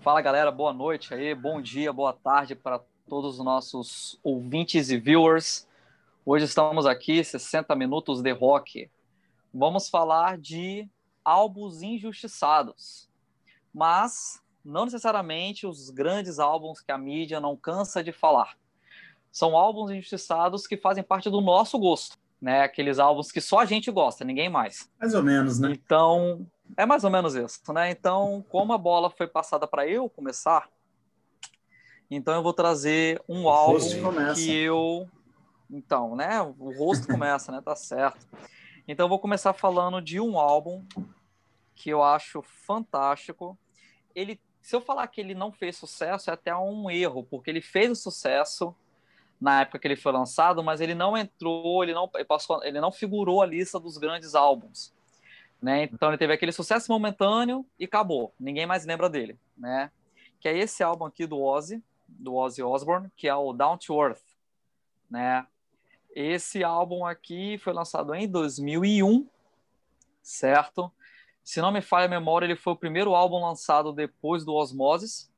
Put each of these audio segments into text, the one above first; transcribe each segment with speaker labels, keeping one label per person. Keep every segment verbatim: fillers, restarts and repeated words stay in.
Speaker 1: Fala, galera, boa noite aí, bom dia, boa tarde para todos os nossos ouvintes e viewers. Hoje estamos aqui, sessenta minutos de rock. Vamos falar de álbuns injustiçados, mas não necessariamente os grandes álbuns que a mídia não cansa de falar. São álbuns injustiçados que fazem parte do nosso gosto, né? Aqueles álbuns que só a gente gosta, ninguém mais.
Speaker 2: Mais ou menos, né?
Speaker 1: Então, é mais ou menos isso, né? Então, como a bola foi passada para eu começar, então eu vou trazer um
Speaker 2: O
Speaker 1: álbum
Speaker 2: host começa.
Speaker 1: que eu... Então, né? O rosto começa, né? Tá certo. Então, eu vou começar falando de um álbum que eu acho fantástico. Ele, se eu falar que ele não fez sucesso, é até um erro, porque ele fez o sucesso na época que ele foi lançado, mas ele não entrou, ele não, ele passou, ele não figurou a lista dos grandes álbuns, né? Então ele teve aquele sucesso momentâneo e acabou, ninguém mais lembra dele, né? Que é esse álbum aqui do Ozzy, do Ozzy Osbourne, que é o Down to Earth, né? Esse álbum aqui foi lançado em dois mil e um, certo? Se não me falha a memória, ele foi o primeiro álbum lançado depois do Osmosis.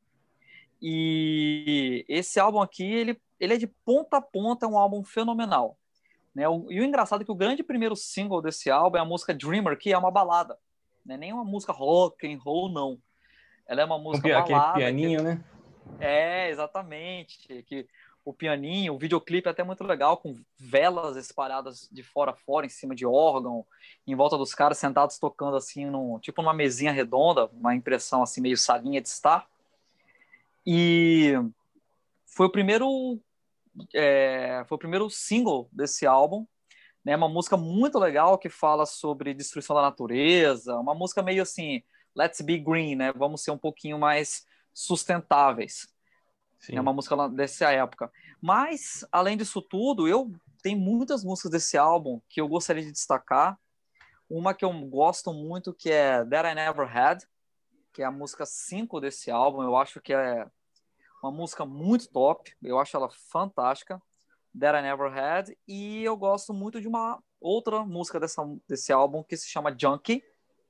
Speaker 1: E esse álbum aqui, ele, ele é de ponta a ponta, é um álbum fenomenal, né? E o engraçado é que o grande primeiro single desse álbum é a música Dreamer, que é uma balada, não é nem uma música rock and roll, não. Ela é uma música
Speaker 3: um, aquele
Speaker 1: balada.
Speaker 3: pianinho,
Speaker 1: que...
Speaker 3: né?
Speaker 1: É, exatamente. Que o pianinho, o videoclipe é até muito legal, com velas espalhadas de fora a fora, em cima de órgão, em volta dos caras sentados tocando assim, num, tipo numa mesinha redonda, uma impressão assim meio salinha de estar. E foi o primeiro é, foi o primeiro single desse álbum, né? Uma música muito legal que fala sobre destruição da natureza, uma música meio assim, let's be green, né? Vamos ser um pouquinho mais sustentáveis. É uma música dessa época. Mas, além disso tudo, eu tenho muitas músicas desse álbum que eu gostaria de destacar. Uma que eu gosto muito, que é That I Never Had, que é a música cinco desse álbum. Eu acho que é uma música muito top. Eu acho ela fantástica. That I Never Had. E eu gosto muito de uma outra música dessa, desse álbum que se chama Junkie,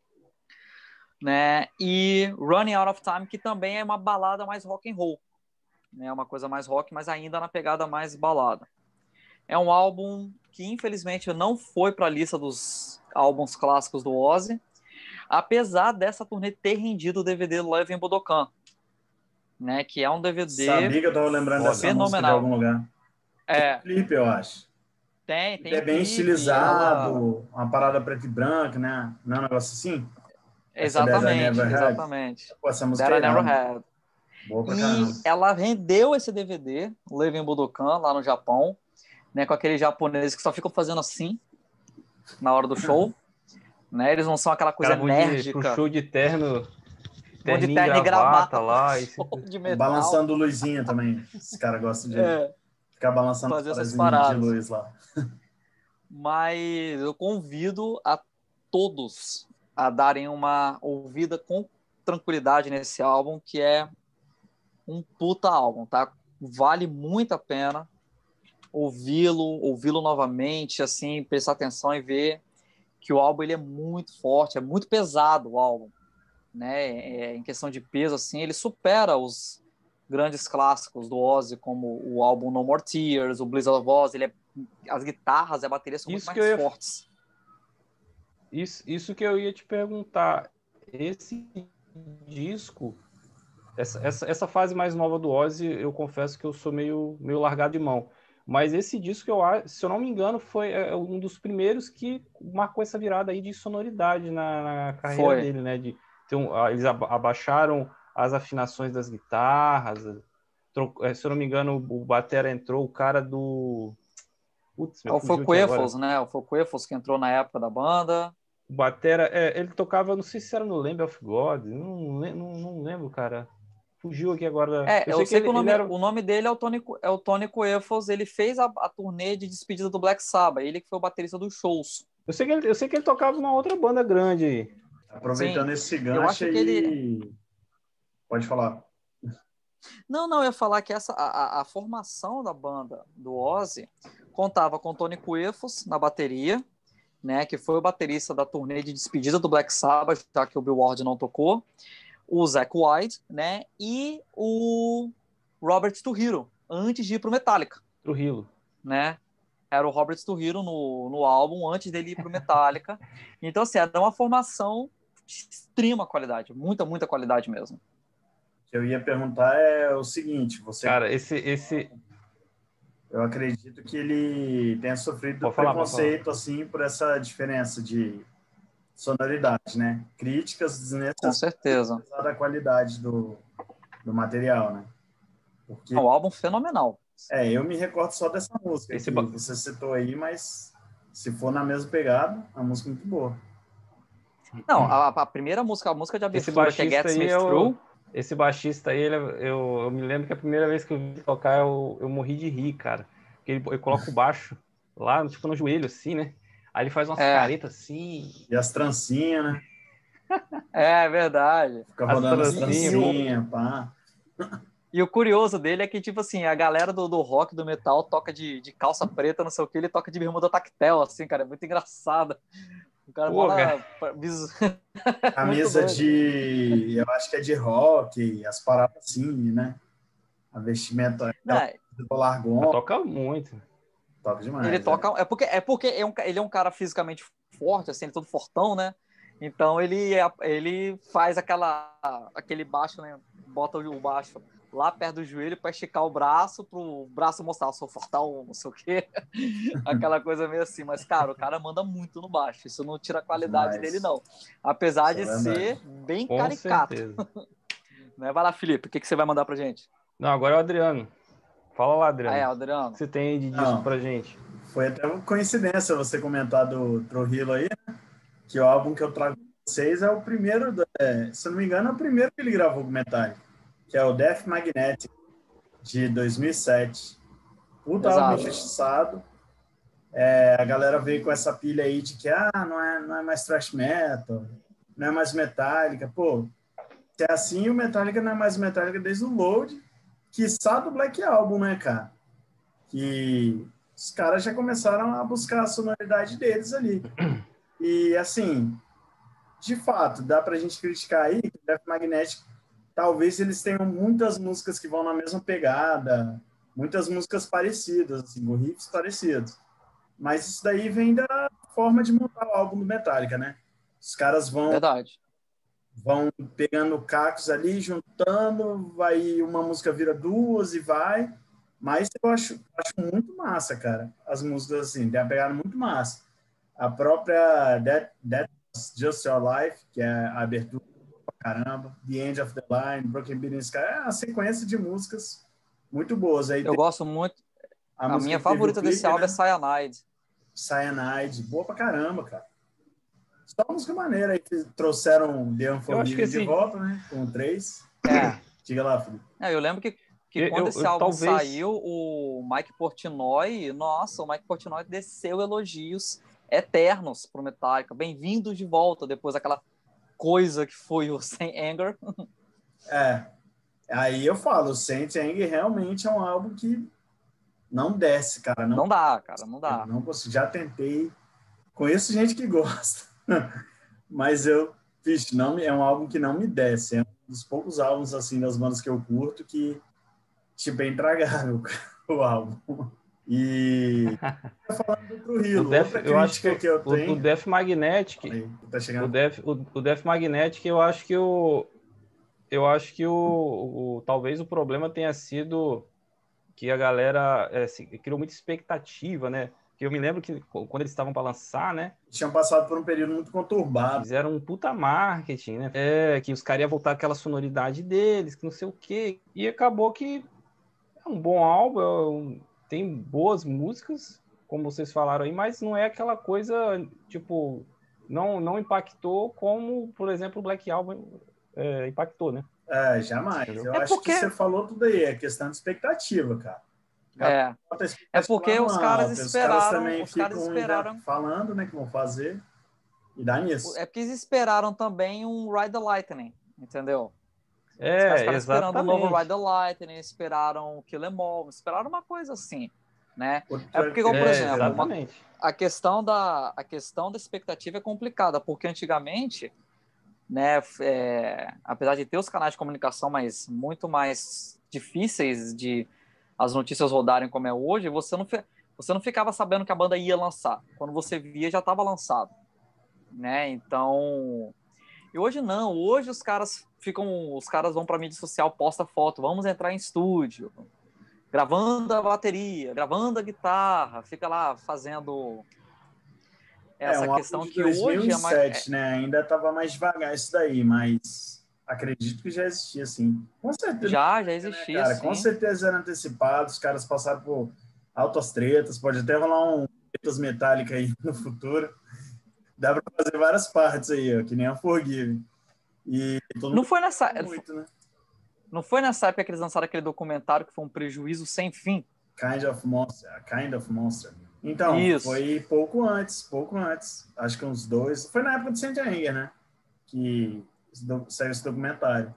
Speaker 1: né? E Running Out of Time, que também é uma balada mais rock and roll, né? Uma coisa mais rock, mas ainda na pegada mais balada. É um álbum que infelizmente não foi para a lista dos álbuns clássicos do Ozzy, apesar dessa turnê ter rendido o D V D Love in Budokan, né? Que é um D V D
Speaker 2: Sabia que eu tava lembrando dessa
Speaker 1: fenomenal.
Speaker 2: música de algum lugar.
Speaker 1: É.
Speaker 2: Tem clipe, eu acho.
Speaker 1: Tem, tem.
Speaker 2: É bem
Speaker 1: clipe,
Speaker 2: estilizado,
Speaker 1: ela...
Speaker 2: uma parada preto e branco, né? Não é um negócio assim?
Speaker 1: Exatamente, exatamente.
Speaker 2: Pô, essa música
Speaker 1: That
Speaker 2: é
Speaker 1: I Never Had.
Speaker 2: Boa pra
Speaker 1: E
Speaker 2: caramba.
Speaker 1: ela rendeu esse D V D, Love in Budokan, lá no Japão, né? Com aqueles japoneses que só ficam fazendo assim na hora do show, né? Eles não são aquela coisa enérgica.
Speaker 3: Pro show de terno,
Speaker 1: vão de
Speaker 3: terninho
Speaker 1: terno e gravata
Speaker 3: lá, e
Speaker 1: de metal.
Speaker 2: Balançando luzinha também. Esse cara gosta de
Speaker 1: é,
Speaker 2: ficar balançando
Speaker 1: fazer essas
Speaker 2: paradas
Speaker 1: paradas
Speaker 2: de luz lá.
Speaker 1: Mas eu convido a todos a darem uma ouvida com tranquilidade nesse álbum, que é um puta álbum, tá? Vale muito a pena ouvi-lo, ouvi-lo novamente, assim, prestar atenção e ver que o álbum ele é muito forte, é muito pesado o álbum, né? É, em questão de peso, assim, ele supera os grandes clássicos do Ozzy, como o álbum No More Tears, o Blizzard of Ozzy. Ele é, as guitarras e a bateria são
Speaker 3: isso
Speaker 1: muito mais
Speaker 3: ia...
Speaker 1: fortes.
Speaker 3: Isso, isso que eu ia te perguntar. Esse disco, essa, essa, essa fase mais nova do Ozzy, eu confesso que eu sou meio, meio largado de mão. Mas esse disco, eu, se eu não me engano, foi um dos primeiros que marcou essa virada aí de sonoridade na, na carreira
Speaker 1: foi.
Speaker 3: dele, né? De, então, eles abaixaram as afinações das guitarras. Se eu não me engano, o batera entrou, o cara do... Putz,
Speaker 1: é o Phil Queffels, né? O Phil Queffels que entrou na época da banda.
Speaker 3: O batera, é, ele tocava, não sei se era no Lamb of God, não, não, não lembro, cara. Fugiu aqui agora.
Speaker 1: É, eu, eu sei, sei que, que ele, o, nome,
Speaker 3: era...
Speaker 1: o nome dele é o Tony, é o Tony Queffels. Ele fez a, a turnê de despedida do Black Sabbath. Ele que foi o baterista dos shows.
Speaker 3: Eu sei que ele, eu sei que ele tocava numa outra banda grande aí.
Speaker 2: Aproveitando Sim, esse gancho,
Speaker 1: eu acho
Speaker 2: aí...
Speaker 1: que ele...
Speaker 2: Pode falar.
Speaker 1: Não, não, eu ia falar que essa, a, a formação da banda do Ozzy contava com Tony Queffels na bateria, né, que foi o baterista da turnê de despedida do Black Sabbath, já que o Bill Ward não tocou. o Zakk Wylde, né, e o Robert Trujillo, antes de ir pro Metallica.
Speaker 3: Trujillo.
Speaker 1: Né? Era o Robert Trujillo no, no álbum, antes dele ir pro Metallica. Então, assim, era uma formação de extrema qualidade, muita, muita qualidade mesmo.
Speaker 2: O que eu ia perguntar é o seguinte, você...
Speaker 3: Cara, esse... esse...
Speaker 2: Eu acredito que ele tenha sofrido
Speaker 3: Pode falar,
Speaker 2: preconceito, assim, por essa diferença de sonoridade, né? Críticas desnecessárias.
Speaker 1: Com certeza.
Speaker 2: Da qualidade do, do material, né? Porque...
Speaker 1: É um álbum fenomenal.
Speaker 2: É, eu me recordo só dessa música
Speaker 3: Esse
Speaker 2: que
Speaker 3: ba...
Speaker 2: você citou aí, mas se for na mesma pegada, a música é muito boa.
Speaker 1: Não, a, a primeira música, a música de abertura, que é Gets Me Through...
Speaker 3: Esse baixista aí, ele, eu, eu me lembro que a primeira vez que eu vi tocar, eu, eu morri de rir, cara. Porque ele, ele coloca o baixo lá, tipo, no joelho, assim, né? Aí ele faz umas é. caretas assim...
Speaker 2: E as trancinhas, né?
Speaker 1: É, verdade.
Speaker 2: Fica rodando as trancinhas, pá.
Speaker 1: E o curioso dele é que, tipo assim, a galera do, do rock, do metal, toca de, de calça preta, não sei o que, ele toca de bermuda tactel, assim, cara, é muito engraçado. O cara
Speaker 3: Pô,
Speaker 1: fala...
Speaker 2: Camisa de... Eu acho que é de rock, as paradas assim, né? A vestimenta...
Speaker 1: É,
Speaker 2: largona.
Speaker 3: Toca muito.
Speaker 2: Toca demais.
Speaker 1: Ele
Speaker 2: é.
Speaker 1: toca... É porque, é porque é um, ele é um cara fisicamente forte, assim, ele é todo fortão, né? Então ele, ele faz aquela, aquele baixo, né? Bota o baixo lá perto do joelho para esticar o braço, pro braço mostrar, sou fortão, não sei o quê. Aquela coisa meio assim. Mas, cara, o cara manda muito no baixo. Isso não tira a qualidade
Speaker 2: Demais.
Speaker 1: dele, não. Apesar
Speaker 2: Isso
Speaker 1: de
Speaker 2: é
Speaker 1: ser bem
Speaker 3: Com
Speaker 1: caricato.
Speaker 3: certeza.
Speaker 1: Né? Vai lá, Felipe. O que, que você vai mandar pra gente?
Speaker 3: Não, agora é o Adriano. Fala lá, Adriano.
Speaker 1: Ah, é, Adriano.
Speaker 3: O que você tem aí de disco
Speaker 2: Não,
Speaker 3: pra gente?
Speaker 2: Foi até uma coincidência você comentar do Trujillo aí, né? Que o álbum que eu trago pra vocês é o primeiro, do, é, se eu não me engano, é o primeiro que ele gravou com Metallica, que é o Death Magnetic, de dois mil e sete. Puta álbum injustiçado. É, a galera veio com essa pilha aí de que ah, não, é, não é mais thrash metal, não é mais Metallica. Pô, se é assim, o Metallica não é mais Metallica desde o Load, quiçá do Black Album, né, cara? Que os caras já começaram a buscar a sonoridade deles ali. E, assim, de fato, dá pra gente criticar aí que o Death Magnetic, talvez eles tenham muitas músicas que vão na mesma pegada, muitas músicas parecidas, assim, com riffs parecidos. Mas isso daí vem da forma de montar o álbum do Metallica, né? Os caras vão...
Speaker 1: Verdade.
Speaker 2: Vão pegando cacos ali, juntando, vai uma música vira duas e vai. Mas eu acho, acho muito massa, cara. As músicas, assim, tem uma pegada muito massa. A própria That, That's Just Your Life, que é a abertura pra caramba, The End of the Line, Broken Beat in the Sky, é uma sequência de músicas muito boas. Aí
Speaker 1: eu
Speaker 2: tem
Speaker 1: gosto muito.
Speaker 2: a,
Speaker 1: a minha favorita clipe, desse álbum, né? É Cyanide.
Speaker 2: Cyanide, boa pra caramba, cara. Só música maneira aí que trouxeram The Unforgiven de volta, né? Com três.
Speaker 1: É.
Speaker 2: Diga lá, Felipe.
Speaker 1: É, eu lembro que, que
Speaker 3: eu,
Speaker 1: quando
Speaker 3: eu,
Speaker 1: esse
Speaker 3: eu,
Speaker 1: álbum
Speaker 3: talvez...
Speaker 1: saiu, o Mike Portnoy, nossa, o Mike Portnoy desceu elogios eternos pro Metallica. Bem-vindos de volta, depois daquela coisa que foi o Saint Anger.
Speaker 2: É. Aí eu falo, o Saint Anger realmente é um álbum que não desce, cara. Não,
Speaker 1: não dá, cara, não dá.
Speaker 2: Eu não consigo, já tentei. Conheço gente que gosta. Mas eu, bicho, não, é um álbum que não me desce. É um dos poucos álbuns, assim, das bandas que eu curto que, tipo, é intragável o álbum. E... falando do Trujillo,
Speaker 3: Death,
Speaker 2: outra
Speaker 3: eu acho que,
Speaker 2: que eu
Speaker 3: o,
Speaker 2: tenho...
Speaker 3: o Death Magnetic...
Speaker 2: Aí, tá chegando.
Speaker 3: O Death, o, o Death Magnetic, eu acho que o... Eu acho que o, o... Talvez o problema tenha sido que a galera é, se, criou muita expectativa, né? Que eu me lembro que quando eles estavam para lançar, né?
Speaker 2: Tinham passado por um período muito conturbado.
Speaker 3: Fizeram um puta marketing, né? É, que os caras iam voltar aquela sonoridade deles, que não sei o quê. E acabou que é um bom álbum, é um, tem boas músicas, como vocês falaram aí, mas não é aquela coisa, tipo, não, não impactou como, por exemplo, o Black Album é, impactou, né?
Speaker 2: É, jamais. Entendeu? Eu
Speaker 1: é
Speaker 2: acho
Speaker 1: porque...
Speaker 2: que você falou tudo aí, é questão de expectativa, cara.
Speaker 1: É, é porque os caras esperaram, os caras, também os caras esperaram
Speaker 2: falando, né, que vão fazer e dá nisso.
Speaker 1: É porque eles esperaram também um Ride the Lightning, entendeu?
Speaker 3: É,
Speaker 1: os caras ficaram
Speaker 3: exatamente.
Speaker 1: esperando o novo Ride the Lightning, esperaram o Kill Em All, esperaram uma coisa assim, né? É porque, igual, por
Speaker 3: é,
Speaker 1: exemplo, uma, a, questão da, a questão da expectativa é complicada, porque antigamente né? É, apesar de ter os canais de comunicação, mas muito mais difíceis de as notícias rodarem como é hoje, você não, você não ficava sabendo que a banda ia lançar. Quando você via, já estava lançado, né? Então, e hoje não. Hoje os caras ficam, os caras vão para mídia social, posta foto, vamos entrar em estúdio, gravando a bateria, gravando a guitarra, fica lá fazendo essa
Speaker 2: É, um
Speaker 1: questão
Speaker 2: álbum de
Speaker 1: que hoje é mais...
Speaker 2: dois mil e sete, né? Ainda estava mais devagar isso daí, mas acredito que já existia, sim. Com certeza.
Speaker 1: Já, já
Speaker 2: Né,
Speaker 1: existia,
Speaker 2: cara?
Speaker 1: sim.
Speaker 2: Com certeza era antecipado, os caras passaram por altas tretas, pode até rolar um tretas metálica aí no futuro. Dá para fazer várias partes aí, ó, que nem a Forgive. E todo
Speaker 1: Não
Speaker 2: mundo
Speaker 1: foi nessa...
Speaker 2: muito, né?
Speaker 1: Não foi nessa época que eles lançaram aquele documentário que foi um prejuízo sem fim?
Speaker 2: Kind of Monster, a Kind of Monster. Então,
Speaker 1: Isso.
Speaker 2: foi pouco antes, pouco antes. Acho que uns dois. Foi na época de Saint Anger, né? Que saiu esse documentário.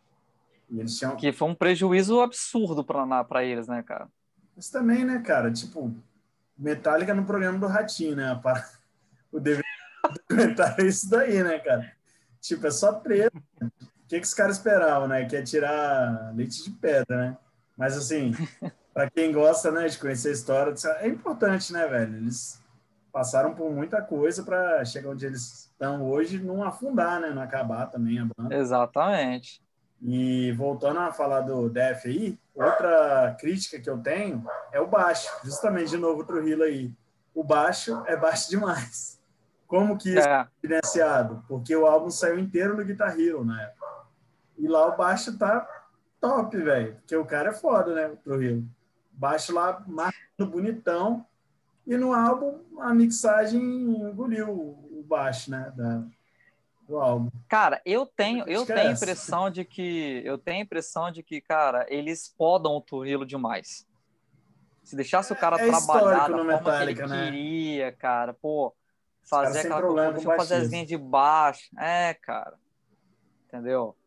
Speaker 2: E eles tinham.
Speaker 1: Que foi um prejuízo absurdo para eles, né, cara?
Speaker 2: Mas também, né, cara? Tipo, Metallica no programa do Ratinho, né? O dever do documentário é isso daí, né, cara? Tipo, é só treta. O que, que os caras esperavam, né? Que é tirar leite de pedra, né? Mas, assim, para quem gosta, né, de conhecer a história, é importante, né, velho? Eles passaram por muita coisa para chegar onde eles estão hoje, não afundar, né? Não acabar também a banda.
Speaker 1: Exatamente.
Speaker 2: E voltando a falar do Def aí, outra crítica que eu tenho é o baixo. Justamente, de novo, o Trujillo aí. O baixo é baixo demais. Como que isso é, é evidenciado? Porque o álbum saiu inteiro no Guitar Hero na época. E lá o baixo tá top, velho. Porque o cara é foda, né? O Trujillo. Baixo lá, marcando bonitão. E no álbum, a mixagem engoliu o baixo, né? Da, do álbum.
Speaker 1: Cara, eu tenho, eu tenho a impressão de que eu tenho a impressão de que, cara, eles podam o Trujillo demais. Se deixasse o cara
Speaker 2: é, é
Speaker 1: trabalhar da
Speaker 2: no
Speaker 1: forma
Speaker 2: Metallica,
Speaker 1: que ele
Speaker 2: né?
Speaker 1: queria, cara, pô, fazer aquela coisa, deixa eu fazer as linhas de baixo. É, cara. Entendeu?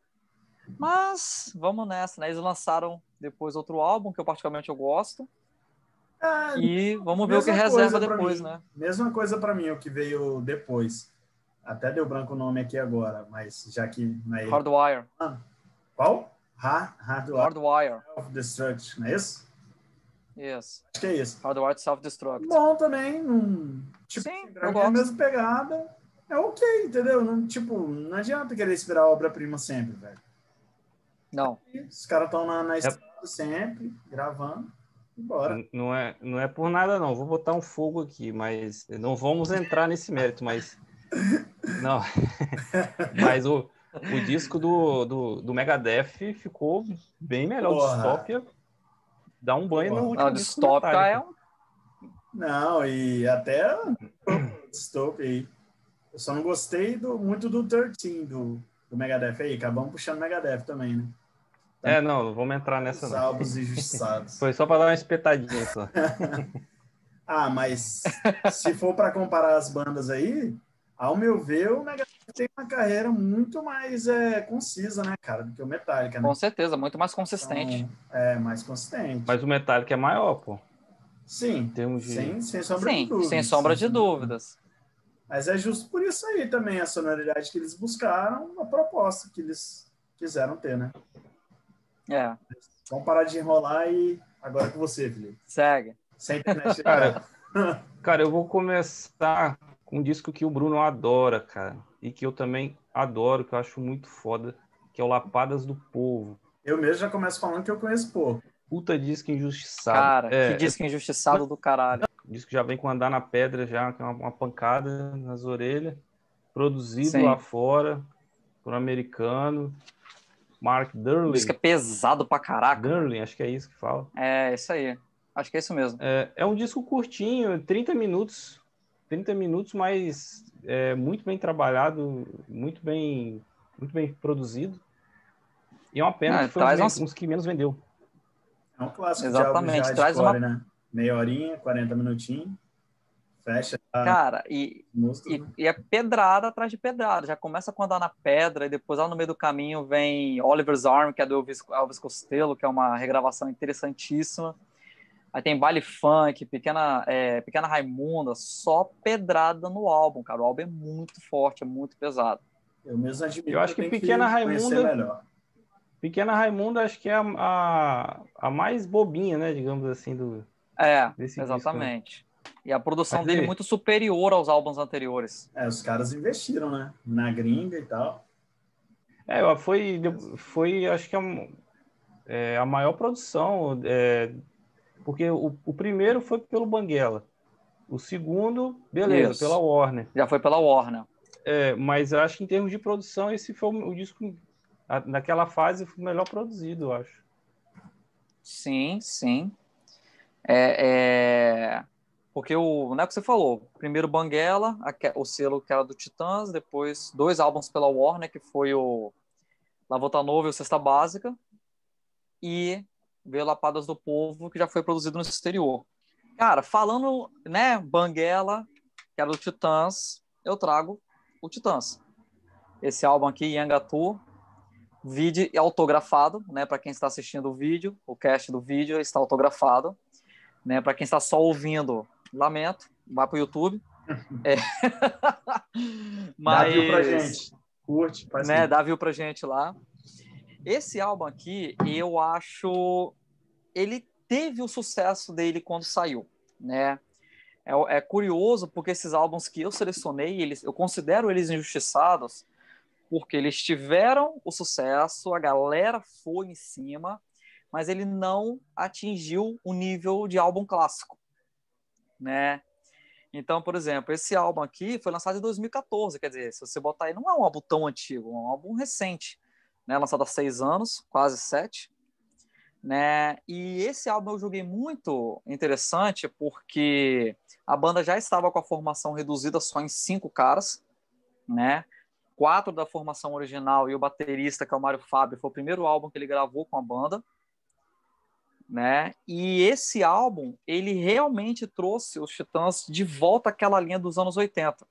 Speaker 1: Mas vamos nessa, né? Eles lançaram depois outro álbum que eu particularmente eu gosto. Ah, e vamos ver o que reserva depois,
Speaker 2: mim.
Speaker 1: né?
Speaker 2: Mesma coisa para mim, o que veio depois. Até deu branco o nome aqui agora, mas já que... Na
Speaker 1: Hardwire.
Speaker 2: Ah, qual? Ha, Hardwire.
Speaker 1: Hardwire.
Speaker 2: Self-Destruct, não é isso?
Speaker 1: Isso.
Speaker 2: Acho que é isso.
Speaker 1: Hardwire Self-Destruct.
Speaker 2: Bom também. Um, tipo,
Speaker 1: sim,
Speaker 2: pra
Speaker 1: eu
Speaker 2: mim
Speaker 1: gosto.
Speaker 2: é a mesma pegada. É ok, entendeu? Não, tipo, não adianta querer esperar a obra-prima sempre, velho.
Speaker 1: Não.
Speaker 2: Os caras estão na, na estrada é... sempre, gravando. Bora.
Speaker 3: Não é, não é por nada, não. Vou botar um fogo aqui, mas não vamos entrar nesse mérito, mas... Não. Mas o, o disco do, do, do Megadeth ficou bem melhor. Porra. O Dystopia dá um banho Porra. no último
Speaker 1: Não,
Speaker 3: disco
Speaker 1: Dystopia é um...
Speaker 2: Não, e até o Dystopia aí. Eu só não gostei do, muito do treze, do, do Megadeth aí. Acabamos puxando o Megadeth também, né?
Speaker 3: Também é, não, não vamos entrar nessa
Speaker 2: os
Speaker 3: não.
Speaker 2: álbuns injustiçados.
Speaker 3: Foi só para dar uma espetadinha só.
Speaker 2: Ah, mas se for para comparar as bandas aí, ao meu ver, o Megadeth tem uma carreira muito mais é, concisa, né, cara, do que o Metallica, né?
Speaker 1: Com certeza, muito mais consistente.
Speaker 2: Então, é, mais consistente.
Speaker 3: Mas o Metallica é maior, pô.
Speaker 2: Sim,
Speaker 3: em termos de...
Speaker 2: sem, sem sombra
Speaker 1: Sim,
Speaker 2: de dúvidas.
Speaker 1: sem sombra de dúvidas.
Speaker 2: Mas é justo por isso aí também, a sonoridade que eles buscaram, a proposta que eles quiseram ter, né?
Speaker 1: É.
Speaker 2: Vamos parar de enrolar e agora com você, Felipe.
Speaker 1: Segue.
Speaker 2: Sem internet.
Speaker 3: Cara, cara, eu vou começar com um disco que o Bruno adora, cara. E que eu também adoro, que eu acho muito foda, que é o Lapadas do Povo.
Speaker 2: Eu mesmo já começo falando que eu conheço pouco.
Speaker 3: Puta disco injustiçado.
Speaker 1: Cara,
Speaker 3: é,
Speaker 1: que disco
Speaker 3: é...
Speaker 1: injustiçado do caralho.
Speaker 3: O disco já vem com Andar na Pedra, já, que é uma, uma pancada nas orelhas. Produzido
Speaker 1: Sim.
Speaker 3: lá fora, por um americano. Mark Durley.
Speaker 1: O disco é pesado pra caraca.
Speaker 3: Durley, acho que é isso que fala.
Speaker 1: É, isso aí. Acho que é isso mesmo.
Speaker 3: É, é um disco curtinho, trinta minutos. trinta minutos, mas é, muito bem trabalhado, muito bem, muito bem produzido. E é uma pena
Speaker 1: Não,
Speaker 3: que foi
Speaker 1: traz
Speaker 3: uns,
Speaker 1: uns...
Speaker 3: uns que menos vendeu.
Speaker 2: É um clássico.
Speaker 1: Exatamente,
Speaker 2: de
Speaker 1: traz
Speaker 2: core,
Speaker 1: uma...
Speaker 2: né? Meia horinha, quarenta minutinhos. Fecha.
Speaker 1: Cara, e,
Speaker 2: música,
Speaker 1: e,
Speaker 2: né?
Speaker 1: e é pedrada atrás de pedrada. Já começa com Andar na Pedra e depois lá no meio do caminho vem Oliver's Arm, que é do Elvis, Elvis Costello, que é uma regravação interessantíssima. Aí tem Baile Funk, Pequena, é, Pequena Raimunda, só pedrada no álbum, cara. O álbum é muito forte, é muito pesado.
Speaker 2: Eu mesmo admito
Speaker 3: Eu acho que
Speaker 2: eu tenho
Speaker 3: Pequena
Speaker 2: que conhecer
Speaker 3: Raimunda,
Speaker 2: melhor.
Speaker 3: Pequena Raimunda acho que é a, a, a mais bobinha, né, digamos assim, do,
Speaker 1: É,
Speaker 3: desse disco, né?
Speaker 1: exatamente. E a produção
Speaker 3: Mas
Speaker 1: dele é
Speaker 3: aí,
Speaker 1: muito superior aos álbuns anteriores.
Speaker 2: É, os caras investiram, né? Na gringa e tal.
Speaker 3: é, ó, foi, foi, acho que a, é, a maior produção, é, porque o, o primeiro foi pelo Banguela, o segundo, beleza, pela
Speaker 1: Isso.
Speaker 3: Warner.
Speaker 1: Já foi pela Warner.
Speaker 3: É, mas eu acho que em termos de produção, esse foi o, o disco, a, naquela fase, foi o melhor produzido, eu acho.
Speaker 1: Sim, sim. É, é... Porque o, não é o que você falou. Primeiro Banguela, o selo que era do Titãs, depois dois álbuns pela Warner, que foi o La Volta Nova e o Cesta Básica, e veio Lapadas do Povo, que já foi produzido no exterior. Cara, falando, né, Banguela, que era do Titãs, eu trago o Titãs. Esse álbum aqui, Yangatu, vídeo autografado, né, para quem está assistindo o vídeo, o cast do vídeo está autografado, né, para quem está só ouvindo, lamento, vai pro YouTube. É.
Speaker 2: Dá
Speaker 1: Mas,
Speaker 2: view pra gente. Curte, faz
Speaker 1: né,
Speaker 2: assim.
Speaker 1: dá view pra gente lá. Esse álbum aqui, eu acho, ele teve o sucesso dele quando saiu, né? É, é curioso porque esses álbuns que eu selecionei, eles, eu considero eles injustiçados, porque eles tiveram o sucesso, a galera foi em cima, mas ele não atingiu o nível de álbum clássico, né? Então, por exemplo, esse álbum aqui foi lançado em dois mil e quatorze, quer dizer, se você botar aí, não é um álbum tão antigo, é um álbum recente, né? Lançado há seis anos, quase sete, né? E esse álbum eu julguei muito interessante porque a banda já estava com a formação reduzida só em cinco caras, né? Quatro da formação original e o baterista, que é o Mário Fábio, foi o primeiro álbum que ele gravou com a banda, né? E esse álbum, ele realmente trouxe os Titãs de volta àquela linha dos anos oitenta,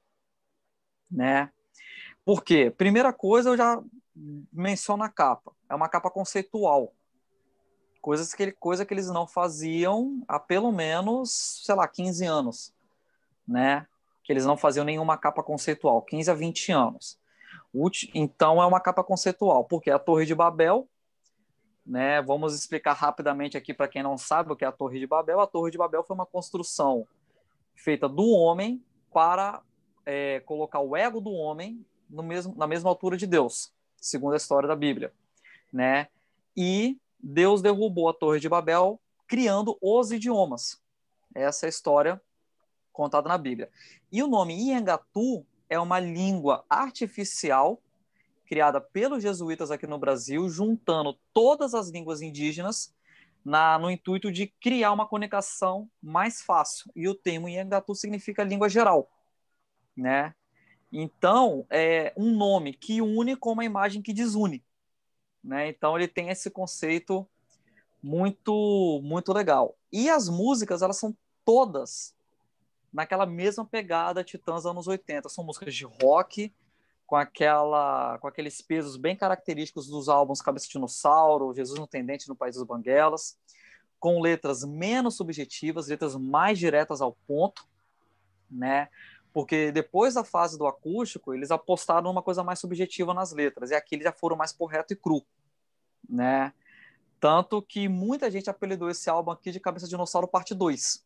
Speaker 1: né? Por quê? Primeira coisa, eu já menciono a capa. É uma capa conceitual. Coisas que, coisa que eles não faziam há pelo menos, sei lá, quinze anos, né? Que eles não faziam nenhuma capa conceitual, quinze a vinte anos. Então é uma capa conceitual, porque a Torre de Babel, né? Vamos explicar rapidamente aqui para quem não sabe o que é a Torre de Babel. A Torre de Babel foi uma construção feita do homem para é, colocar o ego do homem no mesmo, na mesma altura de Deus, segundo a história da Bíblia, né? E Deus derrubou a Torre de Babel criando os idiomas. Essa é a história contada na Bíblia. E o nome Iengatu é uma língua artificial criada pelos jesuítas aqui no Brasil, juntando todas as línguas indígenas na, no intuito de criar uma comunicação mais fácil. E o termo Iengatu significa língua geral, né? Então, é um nome que une com uma imagem que desune, né? Então, ele tem esse conceito muito, muito legal. E as músicas, elas são todas naquela mesma pegada Titãs anos oitenta. São músicas de rock, com, aquela, com aqueles pesos bem característicos dos álbuns Cabeça de Dinossauro, Jesus no Tendente no País dos Banguelas, com letras menos subjetivas, letras mais diretas ao ponto, né? Porque depois da fase do acústico, eles apostaram numa coisa mais subjetiva nas letras, e aqui eles já foram mais por reto e cru, né? Tanto que muita gente apelidou esse álbum aqui de Cabeça de Dinossauro Parte dois,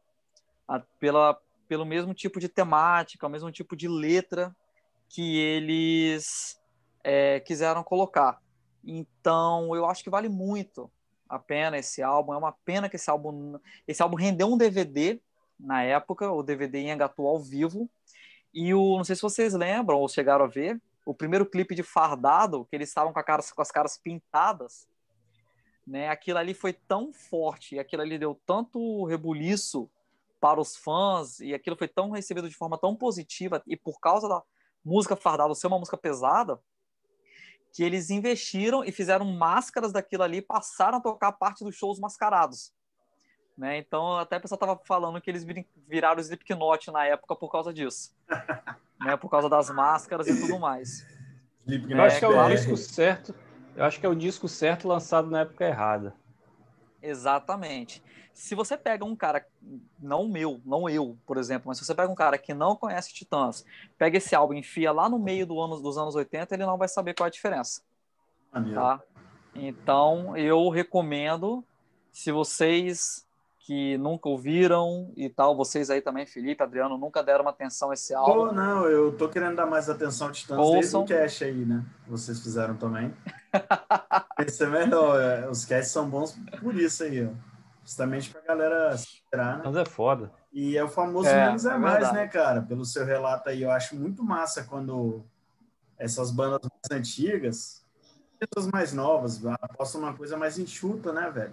Speaker 1: pela, pelo mesmo tipo de temática, o mesmo tipo de letra que eles é, quiseram colocar. Então, eu acho que vale muito a pena esse álbum. É uma pena que esse álbum, esse álbum rendeu um D V D na época, o D V D em Engatu ao vivo. E o, não sei se vocês lembram ou chegaram a ver, o primeiro clipe de Fardado, que eles estavam com, a cara, com as caras pintadas, né? Aquilo ali foi tão forte, e aquilo ali deu tanto rebuliço para os fãs, e aquilo foi tão recebido de forma tão positiva, e por causa da música Fardado ser uma música pesada, que eles investiram e fizeram máscaras daquilo ali e passaram a tocar parte dos shows mascarados, né? Então até a pessoa estava falando que eles viraram Slipknot na época por causa disso, né? Por causa das máscaras e tudo mais.
Speaker 3: Eu acho que é o
Speaker 1: claro.
Speaker 3: disco certo, eu acho que é o disco certo lançado na época errada.
Speaker 1: Exatamente. Se você pega um cara, não meu, não eu, por exemplo, mas se você pega um cara que não conhece Titãs, pega esse álbum e enfia lá no meio do ano, dos anos oitenta, ele não vai saber qual é a diferença,
Speaker 2: Maneiro.
Speaker 1: tá? Então, eu recomendo, se vocês que nunca ouviram e tal, vocês aí também, Felipe, Adriano, nunca deram uma atenção a esse álbum,
Speaker 2: Pô, não, eu tô querendo dar mais atenção ao Titãs desde o
Speaker 1: ouçam.
Speaker 2: cast aí, né? Vocês fizeram também. Esse é melhor. é, Os casts são bons por isso aí, ó. Justamente pra galera se esperar, né?
Speaker 3: Mas é foda.
Speaker 2: E é o famoso
Speaker 1: É,
Speaker 2: menos é,
Speaker 1: é
Speaker 2: mais,
Speaker 1: verdade.
Speaker 2: né, cara? Pelo seu relato aí, eu acho muito massa quando essas bandas mais antigas, pessoas mais novas, apostam uma coisa mais enxuta, né, velho?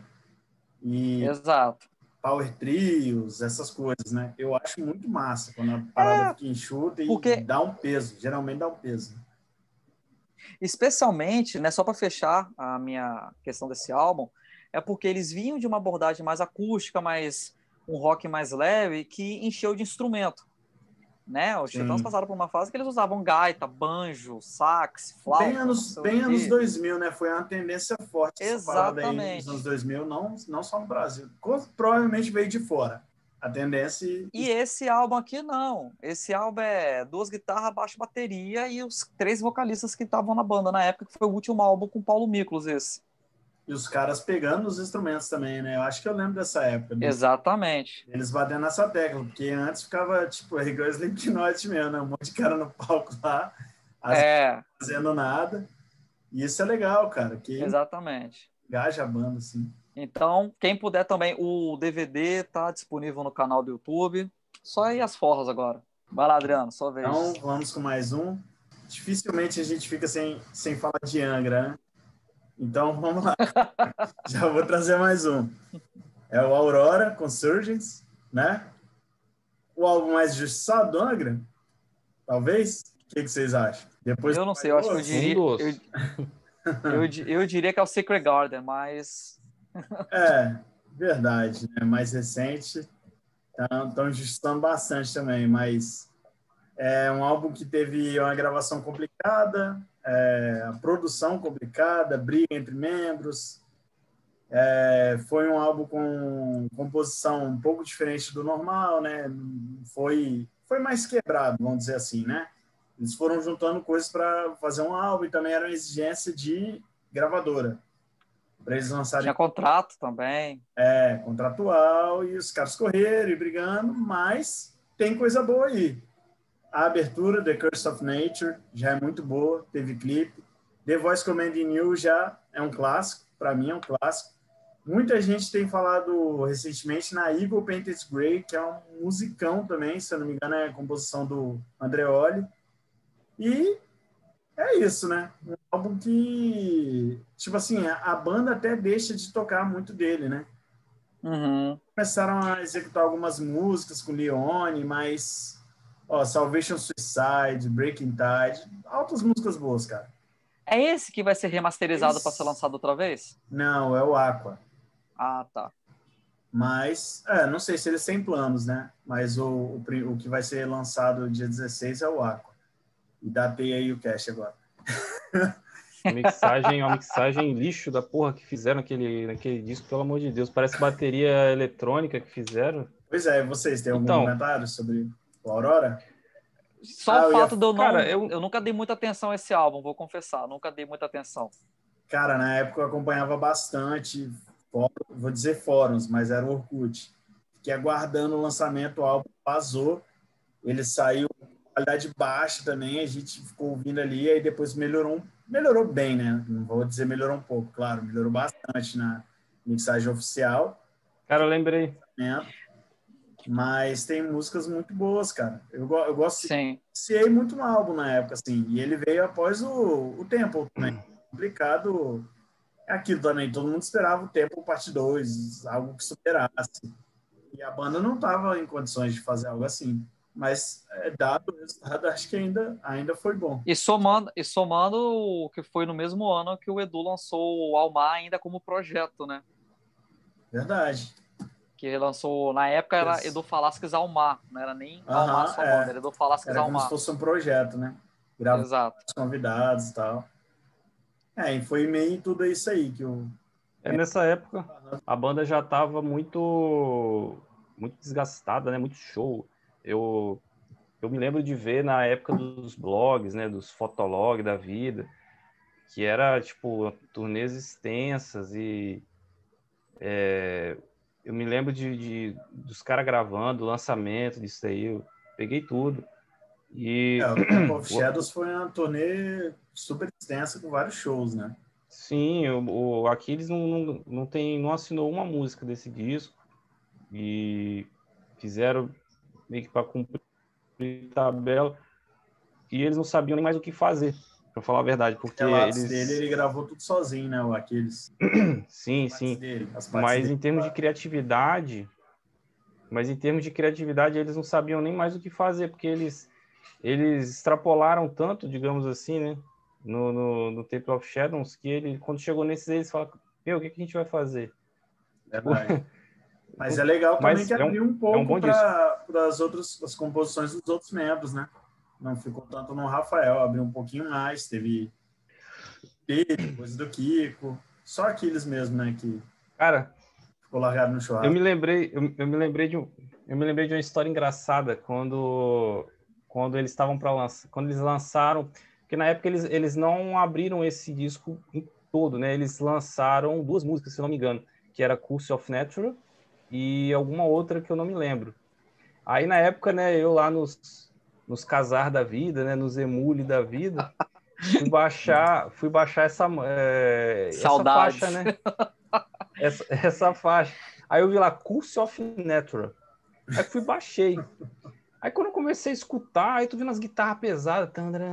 Speaker 2: E
Speaker 1: Exato.
Speaker 2: power trios, essas coisas, né? Eu acho muito massa quando a parada fica enxuta e
Speaker 1: Porque
Speaker 2: dá um peso. Geralmente dá um peso.
Speaker 1: especialmente, né, só para fechar a minha questão desse álbum, é porque eles vinham de uma abordagem mais acústica, mais um rock mais leve, que encheu de instrumento, né? Os Titãs
Speaker 2: Sim.
Speaker 1: passaram por uma fase que eles usavam gaita, banjo, sax,
Speaker 2: Bem
Speaker 1: flauta, não
Speaker 2: anos,
Speaker 1: sei o
Speaker 2: bem anos
Speaker 1: quê.
Speaker 2: dois mil, né? Foi uma tendência forte essa parada aí nos anos
Speaker 1: Exatamente.
Speaker 2: dois mil, não, não só no Brasil. Co- Provavelmente veio de fora. A tendência... e-
Speaker 1: E esse álbum aqui não. Esse álbum é duas guitarras, baixo, bateria e os três vocalistas que estavam na banda na época, que foi o último álbum com Paulo Miklos, esse.
Speaker 2: E os caras pegando os instrumentos também, né? Eu acho que eu lembro dessa época. Deles,
Speaker 1: Exatamente.
Speaker 2: deles batendo nessa tecla, porque antes ficava, tipo, é igual Slipknot mesmo, né? Um monte de cara no palco lá, às vezes
Speaker 1: É,
Speaker 2: fazendo nada. E isso é legal, cara, que
Speaker 1: exatamente.
Speaker 2: engaja a banda, assim.
Speaker 1: Então, quem puder também, o D V D tá disponível no canal do YouTube. Só ir as forras agora. Vai lá, Adriano, sua
Speaker 2: Então,
Speaker 1: vez.
Speaker 2: vamos com mais um. Dificilmente a gente fica sem, sem falar de Angra, né? Então, vamos lá. Já vou trazer mais um. É o Aurora, Consurgence, né? O álbum mais justiçado do Angra, talvez. O que, que vocês acham? Depois
Speaker 1: Eu
Speaker 2: do
Speaker 1: não sei, eu acho que eu
Speaker 2: Vaidoso?
Speaker 3: Um
Speaker 1: diria. Eu,
Speaker 3: dos.
Speaker 1: eu, di- eu diria que é o Secret Garden, mas.
Speaker 2: É, verdade, né? Mais recente. Estão injustiçando bastante também, mas é um álbum que teve uma gravação complicada, é, a produção complicada, briga entre membros. É, foi um álbum com composição um pouco diferente do normal, né? Foi, foi mais quebrado, vamos dizer assim, né? Eles foram juntando coisas para fazer um álbum e também era uma exigência de gravadora, para eles lançarem
Speaker 1: Tinha contrato também.
Speaker 2: é, contratual e os caras correram e brigando, mas tem coisa boa aí. A abertura, The Curse of Nature, já é muito boa, teve clipe. The Voice Commanding You já é um clássico, para mim é um clássico. Muita gente tem falado recentemente na Eagle Painted Grey, que é um musicão também, se eu não me engano é a composição do Andreoli. E é isso, né? Um álbum que, tipo assim, a banda até deixa de tocar muito dele, né?
Speaker 1: Uhum.
Speaker 2: Começaram a executar algumas músicas com Leone, mas ó, Salvation Suicide, Breaking Tide, altas músicas boas, cara.
Speaker 1: É esse que vai ser remasterizado para ser
Speaker 2: Esse...
Speaker 1: lançado outra vez?
Speaker 2: Não, é o Aqua.
Speaker 1: Ah, tá.
Speaker 2: Mas, é, não sei se eles têm planos, né? Mas o, o, o que vai ser lançado dia dezesseis é o Aqua. E datei aí o cast agora.
Speaker 3: Mixagem, uma mixagem lixo da porra que fizeram naquele, naquele disco, pelo amor de Deus. Parece bateria eletrônica que fizeram.
Speaker 2: Pois é, vocês têm algum
Speaker 3: Então,
Speaker 2: comentário sobre o Aurora?
Speaker 1: Só
Speaker 2: Ah,
Speaker 1: o
Speaker 2: eu ia-
Speaker 1: fato de eu não.
Speaker 3: cara, eu-
Speaker 1: Eu nunca dei muita atenção a esse álbum, vou confessar. Nunca dei muita atenção.
Speaker 2: Cara, na época eu acompanhava bastante, fórum- vou dizer fóruns, mas era o Orkut. Fiquei aguardando o lançamento, o álbum vazou, ele saiu com qualidade baixa também, a gente ficou ouvindo ali, aí depois melhorou, um- melhorou bem, né? Não vou dizer melhorou um pouco, claro, melhorou bastante na mixagem oficial,
Speaker 3: cara, eu lembrei.
Speaker 2: né? Mas tem músicas muito boas, cara. Eu, go- eu gosto,
Speaker 1: Sim.
Speaker 2: iniciei muito no álbum na época, assim, e ele veio após o, o Temple também. Complicado é aquilo também, todo mundo esperava o Temple parte dois, algo que superasse. E a banda não estava em condições de fazer algo assim. Mas, é, dado o resultado, acho que ainda, ainda foi bom.
Speaker 1: E somando, e somando o que foi no mesmo ano que o Edu lançou o Almar ainda como projeto, né?
Speaker 2: Verdade.
Speaker 1: Que ele lançou, na época era
Speaker 2: Isso.
Speaker 1: Edu Falasques Almar, não era nem
Speaker 2: Aham,
Speaker 1: Almar só
Speaker 2: é.
Speaker 1: banda, era Edu Falasques
Speaker 2: Era como se
Speaker 1: Almar.
Speaker 2: fosse um projeto, né? Gravando
Speaker 1: Exato.
Speaker 2: os convidados e tal. É, e foi meio tudo isso aí que o
Speaker 3: É, nessa época, a banda já estava muito, muito desgastada, né? Muito show. Eu, eu me lembro de ver na época dos blogs, né? Dos fotolog da vida, que era, tipo, turnês extensas e... É, eu me lembro de, de dos caras gravando, o lançamento disso aí, eu peguei tudo. E...
Speaker 2: É, o Temple of Shadows foi uma turnê super extensa com vários shows, né?
Speaker 3: Sim, o, o Aquiles não, não, não, tem, não assinou uma música desse disco e fizeram meio que para cumprir tabela e eles não sabiam nem mais o que fazer, para falar a verdade, porque
Speaker 2: Relatos
Speaker 3: eles...
Speaker 2: dele, ele gravou tudo sozinho, né? O Aquiles.
Speaker 3: Sim,
Speaker 2: As partes
Speaker 3: sim,
Speaker 2: dele, as partes
Speaker 3: mas
Speaker 2: dele.
Speaker 3: em termos de criatividade, mas em termos de criatividade eles não sabiam nem mais o que fazer, porque eles, eles extrapolaram tanto, digamos assim, né? No, no, no Temple of Shadows, que ele, quando chegou nesses, eles falaram, meu, o que, que a gente vai fazer?
Speaker 2: Verdade. Mas é legal também
Speaker 3: Mas
Speaker 2: que
Speaker 3: é um,
Speaker 2: abriu um
Speaker 3: é um
Speaker 2: pouco
Speaker 3: bom disco.
Speaker 2: para as outras as composições dos outros membros, né? Não ficou tanto no Rafael, abriu um pouquinho mais, teve Pedro, coisa do Kiko, só Aquiles mesmo, né? Que
Speaker 3: Cara,
Speaker 2: ficou largado no
Speaker 3: eu
Speaker 2: churrasco.
Speaker 3: me lembrei, eu, eu me lembrei de um, eu me lembrei de uma história engraçada quando, quando eles estavam para lançar, quando eles lançaram, porque na época eles, eles não abriram esse disco em todo, né? Eles lançaram duas músicas, se eu não me engano, que era Curse of Nature e alguma outra que eu não me lembro. Aí na época, né, eu lá nos, nos casar da vida, né, nos emule da vida, fui baixar, fui baixar essa, é, essa
Speaker 1: Saudades.
Speaker 3: faixa, né? Essa, essa faixa. Aí eu vi lá, Curse of Nature. Aí fui, baixei. Aí quando eu comecei a escutar, aí tu vendo as guitarras pesadas.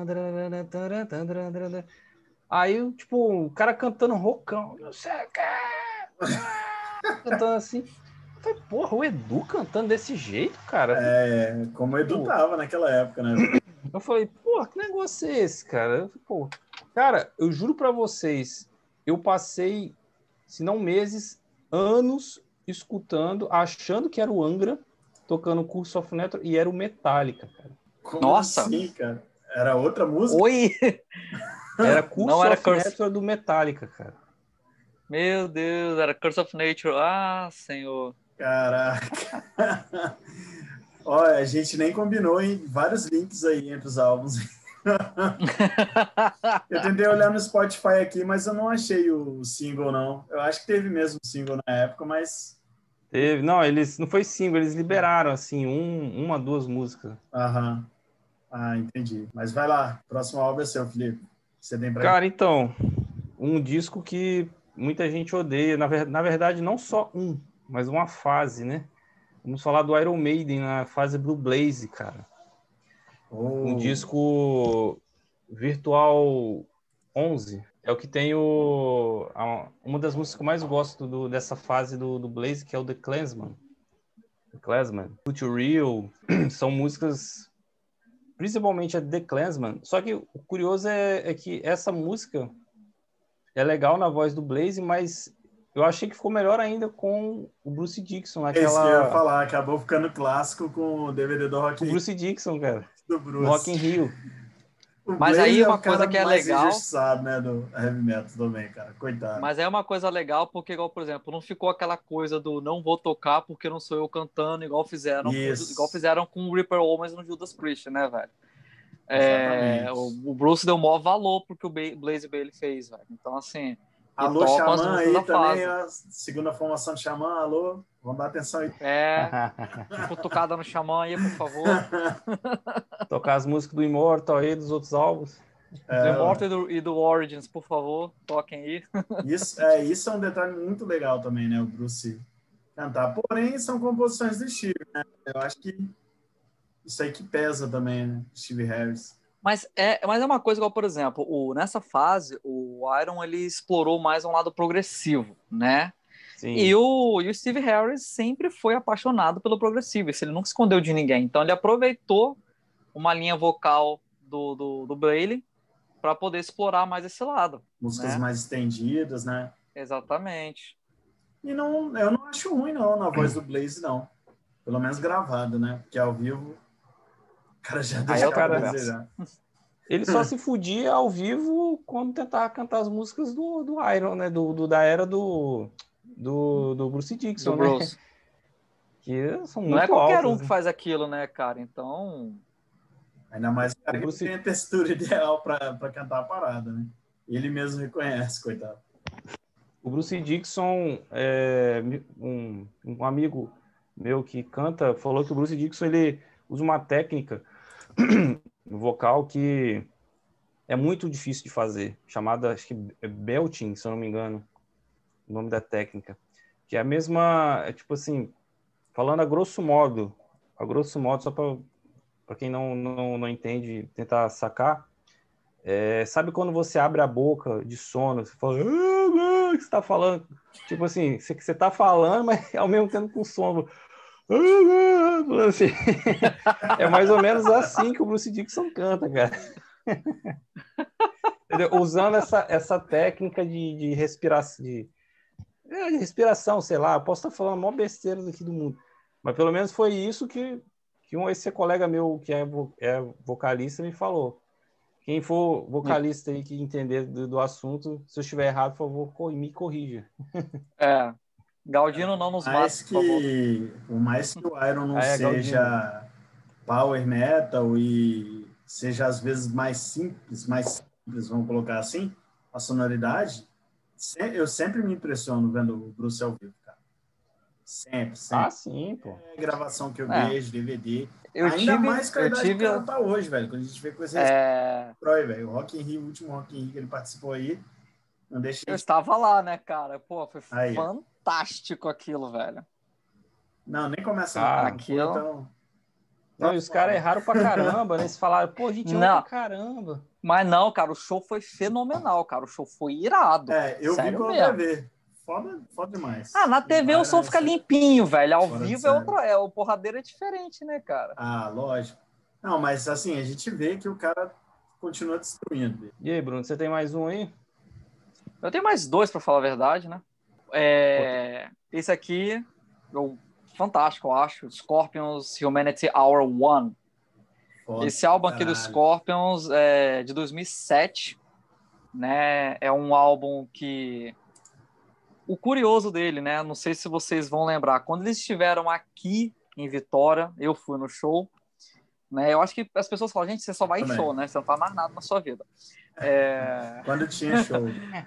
Speaker 3: Aí, tipo, o cara cantando rockão. Não sei o que. Cantando assim. Eu falei, porra, o Edu cantando desse jeito, cara?
Speaker 2: É, como o Edu
Speaker 3: Pô.
Speaker 2: tava naquela época, né?
Speaker 3: Eu falei, porra, que negócio é esse, cara? Eu falei, pô, cara, eu juro pra vocês, eu passei, se não meses, anos escutando, achando que era o Angra tocando Curse of Nature e era o Metallica, cara.
Speaker 2: Como
Speaker 1: Nossa.
Speaker 2: assim, cara? Era outra música?
Speaker 1: Oi!
Speaker 3: Era Curse
Speaker 1: Não era
Speaker 3: of
Speaker 1: Curse...
Speaker 3: Nature do Metallica, cara.
Speaker 1: Meu Deus, era Curse of Nature. Ah, senhor.
Speaker 2: Caraca. Olha, a gente nem combinou em vários links aí entre os álbuns. Eu tentei olhar no Spotify aqui, mas eu não achei o single, não. Eu acho que teve mesmo single na época, mas...
Speaker 3: Teve, não, eles, não foi single, eles liberaram, assim, um, uma, duas músicas.
Speaker 2: Aham. Ah, entendi. Mas vai lá, próximo álbum é seu, Felipe. Você tem pra...
Speaker 3: Cara, então, um disco que muita gente odeia, na, ver, na verdade, não só um, mas uma fase, né? Vamos falar do Iron Maiden na fase Blue Blaze, cara.
Speaker 2: Oh.
Speaker 3: Um disco Virtual onze. É o que tem o... A, uma das músicas que eu mais gosto do, dessa fase do, do Blaze, que é o The Clansman. The Clansman. Put You Real. São músicas... Principalmente a The Clansman. Só que o curioso é, é que essa música é legal na voz do Blaze, mas... Eu achei que ficou melhor ainda com o Bruce Dickinson. Naquela...
Speaker 2: É isso que eu ia falar, acabou ficando clássico com o D V D do Rock in Rio.
Speaker 3: O Bruce Dickinson, cara.
Speaker 2: Do Bruce.
Speaker 3: No Rock in Rio.
Speaker 2: O
Speaker 1: Mas
Speaker 2: Blaze
Speaker 1: aí
Speaker 2: é
Speaker 1: uma
Speaker 2: o cara
Speaker 1: coisa que é
Speaker 2: mais
Speaker 1: legal...
Speaker 2: injustiçado, né, do heavy metal também, cara. Coitado.
Speaker 1: Mas é uma coisa legal porque, igual, por exemplo, não ficou aquela coisa do não vou tocar porque não sou eu cantando, igual fizeram, com, igual fizeram com o Reaper Owens no Judas Priest, né, velho? É, o, o Bruce deu o maior valor pro que o Blaze Bailey fez, velho. Então, assim...
Speaker 2: Alô, Xamã aí também, a segunda formação de Xamã, alô, vamos dar atenção aí.
Speaker 1: É, cutucada no Xamã aí, por favor.
Speaker 3: Tocar as músicas do Immortal aí, dos outros álbuns.
Speaker 1: É, do Immortal e do, e do Origins, por favor, toquem aí.
Speaker 2: Isso é, isso é um detalhe muito legal também, né, o Bruce cantar. Porém, são composições do Steve, né? Eu acho que isso aí que pesa também, né, Steve Harris.
Speaker 1: Mas é, mas é uma coisa igual, por exemplo, o, nessa fase, o Iron ele explorou mais um lado progressivo, né? Sim. E o, e o Steve Harris sempre foi apaixonado pelo progressivo, isso ele nunca escondeu de ninguém. Então ele aproveitou uma linha vocal do, do, do Bailey para poder explorar mais esse lado.
Speaker 2: Músicas
Speaker 1: né?
Speaker 2: mais estendidas, né?
Speaker 1: Exatamente.
Speaker 2: E não, eu não acho ruim, não, na voz do Blaze, não. Pelo menos gravado, né? Porque ao vivo... O cara já deixa
Speaker 3: o cara
Speaker 2: desejar.
Speaker 3: Ele só se fudia ao vivo quando tentava cantar as músicas do, do Iron, né? Do, do, da era do, do, do Bruce Dickinson,
Speaker 1: Do Bruce.
Speaker 3: né? Que são
Speaker 1: Não é
Speaker 3: muito
Speaker 1: qualquer
Speaker 3: altas,
Speaker 1: um que
Speaker 3: né?
Speaker 1: faz aquilo, né, cara? Então,
Speaker 2: Ainda mais o cara
Speaker 3: O
Speaker 2: que
Speaker 3: Bruce-
Speaker 2: tem a textura ideal para cantar a parada, né? Ele mesmo reconhece, coitado.
Speaker 3: O Bruce Dickinson, é, um, um amigo meu que canta, falou que o Bruce Dickinson ele usa uma técnica no vocal que é muito difícil de fazer, chamada, acho que é belting, se eu não me engano, o nome da técnica, que é a mesma, é tipo assim, falando a grosso modo, a grosso modo, só para quem não, não, não entende, tentar sacar, é, sabe quando você abre a boca de sono, você fala, ah, o que você tá falando? Tipo assim, você, você tá falando, mas ao mesmo tempo com sono. Ah, assim. É mais ou menos assim que o Bruce Dickinson canta, cara. Entendeu? Usando essa, essa técnica de, de respiração, de, é, de respiração, sei lá, eu posso estar falando a maior besteira daqui do mundo, mas pelo menos foi isso que, que um, esse colega meu que é, é vocalista me falou. Quem for vocalista aí que entender do, do assunto, se eu estiver errado, por favor, me corrija.
Speaker 1: é. Galdino não nos mata,
Speaker 2: Mais
Speaker 1: por favor.
Speaker 2: que, por mais que o Iron não
Speaker 3: Ah, é, Galdino.
Speaker 2: seja power metal e seja às vezes mais simples, mais simples, vamos colocar assim, a sonoridade, eu sempre me impressiono vendo o Bruce ao vivo, cara. Sempre, sempre.
Speaker 3: Ah, sim, pô.
Speaker 2: É gravação que eu
Speaker 1: É.
Speaker 2: vejo, D V D.
Speaker 1: Eu
Speaker 2: Ainda
Speaker 1: tive,
Speaker 2: mais com a
Speaker 1: eu
Speaker 2: idade
Speaker 1: tive,
Speaker 2: que o cara tá hoje, velho. Quando a gente vê coisas
Speaker 1: é,
Speaker 2: Troy, velho. O Rock in Rio, o último Rock in Rio que ele participou aí, não deixa
Speaker 1: eu
Speaker 2: de...
Speaker 1: estava lá, né, cara? Pô, foi
Speaker 2: Aí, ó.
Speaker 1: fantástico aquilo, velho.
Speaker 2: Não, nem começa não.
Speaker 3: Ah,
Speaker 2: Não foi,
Speaker 1: Aquilo.
Speaker 2: então...
Speaker 3: não, e os caras erraram pra caramba, né? Eles falaram, pô, a gente errou pra
Speaker 1: Não,
Speaker 3: caramba.
Speaker 1: mas não, cara, o show foi fenomenal, cara. O show foi irado.
Speaker 2: É, eu vi
Speaker 1: Sério
Speaker 2: pela
Speaker 1: mesmo.
Speaker 2: T V. Foda, foda demais.
Speaker 1: Ah, na T V o som fica limpinho, velho. Ao
Speaker 2: Fora de
Speaker 1: vivo é
Speaker 2: série.
Speaker 1: outra, é, o porradeiro é diferente, né, cara?
Speaker 2: Ah, lógico. Não, mas assim, a gente vê que o cara continua destruindo.
Speaker 3: E aí, Bruno, você tem mais um aí?
Speaker 1: Eu tenho mais dois, pra falar a verdade, né? É, esse aqui, eu, fantástico, eu acho. Scorpions Humanity Hour One.
Speaker 2: Foda,
Speaker 1: Esse álbum aqui do
Speaker 2: caralho.
Speaker 1: Scorpions é de dois mil e sete, né? É um álbum que... O curioso dele, né? Não sei se vocês vão lembrar. Quando eles estiveram aqui em Vitória, eu fui no show, né? Eu acho que as pessoas falam, gente, você só vai em
Speaker 2: Também.
Speaker 1: show, né? Você não faz mais nada na sua vida. É...
Speaker 2: Quando tinha show.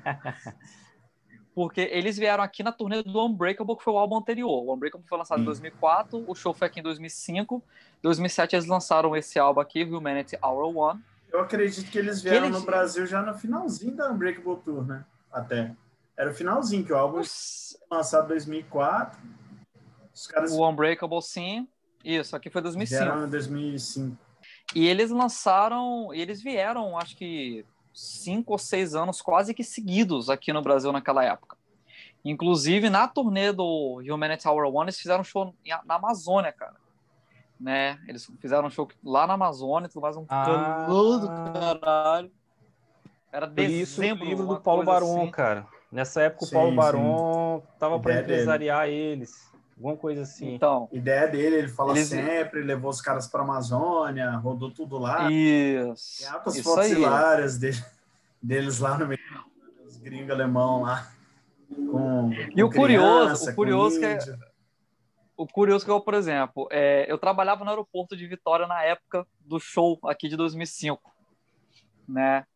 Speaker 1: Porque eles vieram aqui na turnê do Unbreakable, que foi o álbum anterior. O Unbreakable foi lançado
Speaker 2: Sim.
Speaker 1: em dois mil e quatro, o show foi aqui em dois mil e cinco. Em dois mil e sete eles lançaram esse álbum aqui, Humanity Hour One.
Speaker 2: Eu acredito que eles vieram
Speaker 1: Que eles-
Speaker 2: no Brasil já no finalzinho da Unbreakable Tour, né? Até. Era o finalzinho, que o álbum
Speaker 1: Os-
Speaker 2: foi lançado em dois mil e quatro. Os caras
Speaker 1: O Unbreakable, sim. Isso, aqui foi dois mil e cinco.
Speaker 2: vieram em dois mil e cinco.
Speaker 1: E eles lançaram, e eles vieram, acho que cinco ou seis anos quase que seguidos aqui no Brasil naquela época. Inclusive, na turnê do Humanity Hour One, eles fizeram um show em- na Amazônia, cara. Né? Eles fizeram um show lá na Amazônia, tudo mais um
Speaker 3: Ah.
Speaker 1: calor do caralho. Era
Speaker 3: Eu li isso no
Speaker 1: dezembro,
Speaker 3: livro
Speaker 1: uma
Speaker 3: do Paulo
Speaker 1: coisa
Speaker 3: Baron,
Speaker 1: assim.
Speaker 3: cara. Nessa época,
Speaker 2: Sim,
Speaker 3: o Paulo
Speaker 2: sim.
Speaker 3: Baron tava para
Speaker 2: Ideia dele.
Speaker 3: empresariar eles. Alguma coisa assim.
Speaker 1: Então,
Speaker 2: Ideia dele, ele fala
Speaker 1: Eles-
Speaker 2: sempre, levou os caras pra Amazônia, rodou tudo lá.
Speaker 1: isso.
Speaker 2: Tem altas
Speaker 1: Isso
Speaker 2: fotos
Speaker 1: aí.
Speaker 2: hilárias dele, deles lá no meio dos gringos alemão lá. Com,
Speaker 1: E
Speaker 2: com
Speaker 1: o curioso-
Speaker 2: criança,
Speaker 1: o curioso
Speaker 2: com
Speaker 1: que é-
Speaker 2: índio.
Speaker 1: O curioso que eu, por exemplo, é, eu trabalhava no aeroporto de Vitória na época do show aqui de dois mil e cinco, né?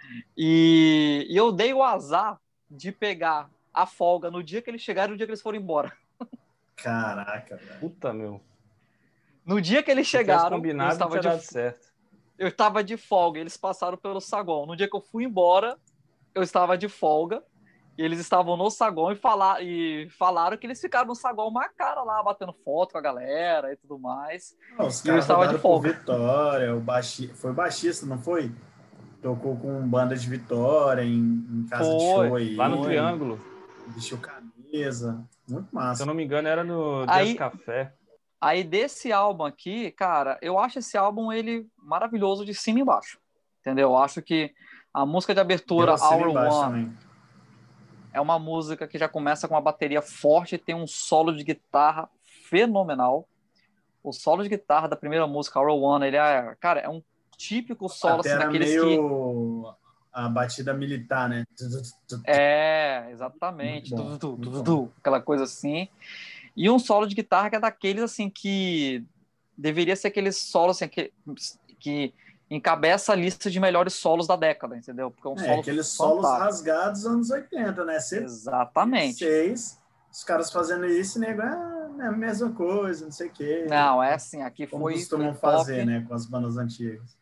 Speaker 1: E, e eu dei o azar de pegar a folga no dia que eles chegaram e no dia que eles foram embora.
Speaker 2: Caraca, velho.
Speaker 3: Puta, meu.
Speaker 1: No dia que eles
Speaker 3: Se tivesse
Speaker 1: chegaram, eu
Speaker 3: combinado,
Speaker 1: estava,
Speaker 3: tinha
Speaker 1: de,
Speaker 3: dado certo.
Speaker 1: eu estava de folga, eles passaram pelo saguão. No dia que eu fui embora, eu estava de folga, e eles estavam no saguão e, falar, e falaram que eles ficaram no saguão uma cara lá, batendo foto com a galera e tudo mais.
Speaker 2: Não, os
Speaker 1: E eu
Speaker 2: caras
Speaker 1: estava
Speaker 2: rodaram
Speaker 1: de
Speaker 2: por
Speaker 1: folga.
Speaker 2: Vitória, o baixi... foi baixista, não foi? Tocou com banda de Vitória, em, em casa de
Speaker 1: Foi,
Speaker 2: show aí.
Speaker 3: Lá no
Speaker 1: Oi.
Speaker 3: Triângulo.
Speaker 2: Vestiu camisa. Muito
Speaker 3: Se
Speaker 2: massa.
Speaker 3: eu não me engano, era no
Speaker 1: Aí-
Speaker 3: Jazz Café.
Speaker 1: Aí desse álbum aqui, cara, eu acho esse álbum ele maravilhoso de cima e embaixo, entendeu? Eu acho que a música de abertura,
Speaker 2: Deu acima e
Speaker 1: Hour
Speaker 2: embaixo
Speaker 1: One,
Speaker 2: também.
Speaker 1: é uma música que já começa com uma bateria forte e tem um solo de guitarra fenomenal. O solo de guitarra da primeira música, Hour One, ele é, cara, é um típico solo, assim,
Speaker 2: Era
Speaker 1: daqueles
Speaker 2: meio que... a batida militar, né?
Speaker 1: É, exatamente.
Speaker 2: Muito bom,
Speaker 1: Du, du,
Speaker 2: muito
Speaker 1: du,
Speaker 2: bom.
Speaker 1: du, aquela coisa assim. E um solo de guitarra que é daqueles, assim, que deveria ser aqueles solos, assim, que, que encabeça a lista de melhores solos da década, entendeu? Porque é um
Speaker 2: É,
Speaker 1: solo
Speaker 2: aqueles solos
Speaker 1: fantástico.
Speaker 2: rasgados dos anos oitenta, né?
Speaker 1: Exatamente.
Speaker 2: Seis, os caras fazendo isso, nego, ah, é a mesma coisa, não sei o quê.
Speaker 1: Não, é assim, aqui
Speaker 2: Como
Speaker 1: foi, foi
Speaker 2: costumam
Speaker 1: top.
Speaker 2: fazer, né, com as bandas antigas.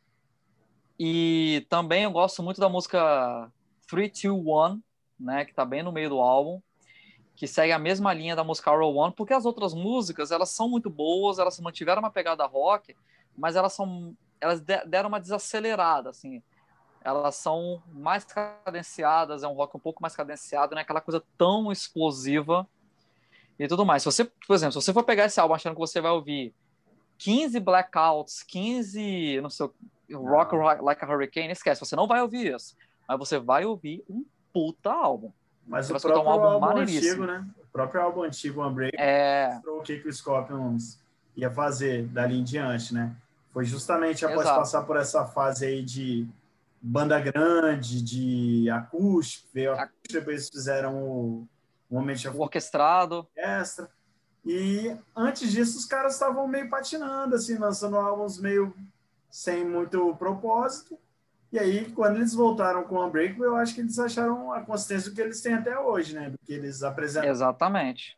Speaker 1: E também eu gosto muito da música três, dois, um, né, que tá bem no meio do álbum, que segue a mesma linha da música Arrow One, porque as outras músicas, elas são muito boas, elas mantiveram uma pegada rock, mas elas são elas deram uma desacelerada, assim. Elas são mais cadenciadas, é um rock um pouco mais cadenciado, não é aquela coisa tão explosiva e tudo mais. Se você, por exemplo, se você for pegar esse álbum achando que você vai ouvir quinze blackouts, quinze, não sei, Rock
Speaker 2: Não.
Speaker 1: Like a Hurricane, esquece, você não vai ouvir isso. Mas você vai ouvir um puta álbum.
Speaker 2: Mas
Speaker 1: Você
Speaker 2: o
Speaker 1: vai escutar um
Speaker 2: próprio
Speaker 1: álbum
Speaker 2: álbum antigo,
Speaker 1: maneiríssimo.
Speaker 2: né? O próprio álbum antigo, Unbreak,
Speaker 1: É,
Speaker 2: mostrou o que, que o Scorpions ia fazer dali em diante, né? Foi justamente após
Speaker 1: exato.
Speaker 2: passar por essa fase aí de banda grande, de acústico, veio
Speaker 1: A-
Speaker 2: acústico, depois fizeram o Moment of
Speaker 1: o orquestrado.
Speaker 2: Orchestra. E antes disso, os caras estavam meio patinando, assim, lançando álbuns meio sem muito propósito. E aí, quando eles voltaram com o Unbreakable, eu acho que eles acharam a consistência do que eles têm até hoje, né? Do que eles apresentam.
Speaker 1: Exatamente.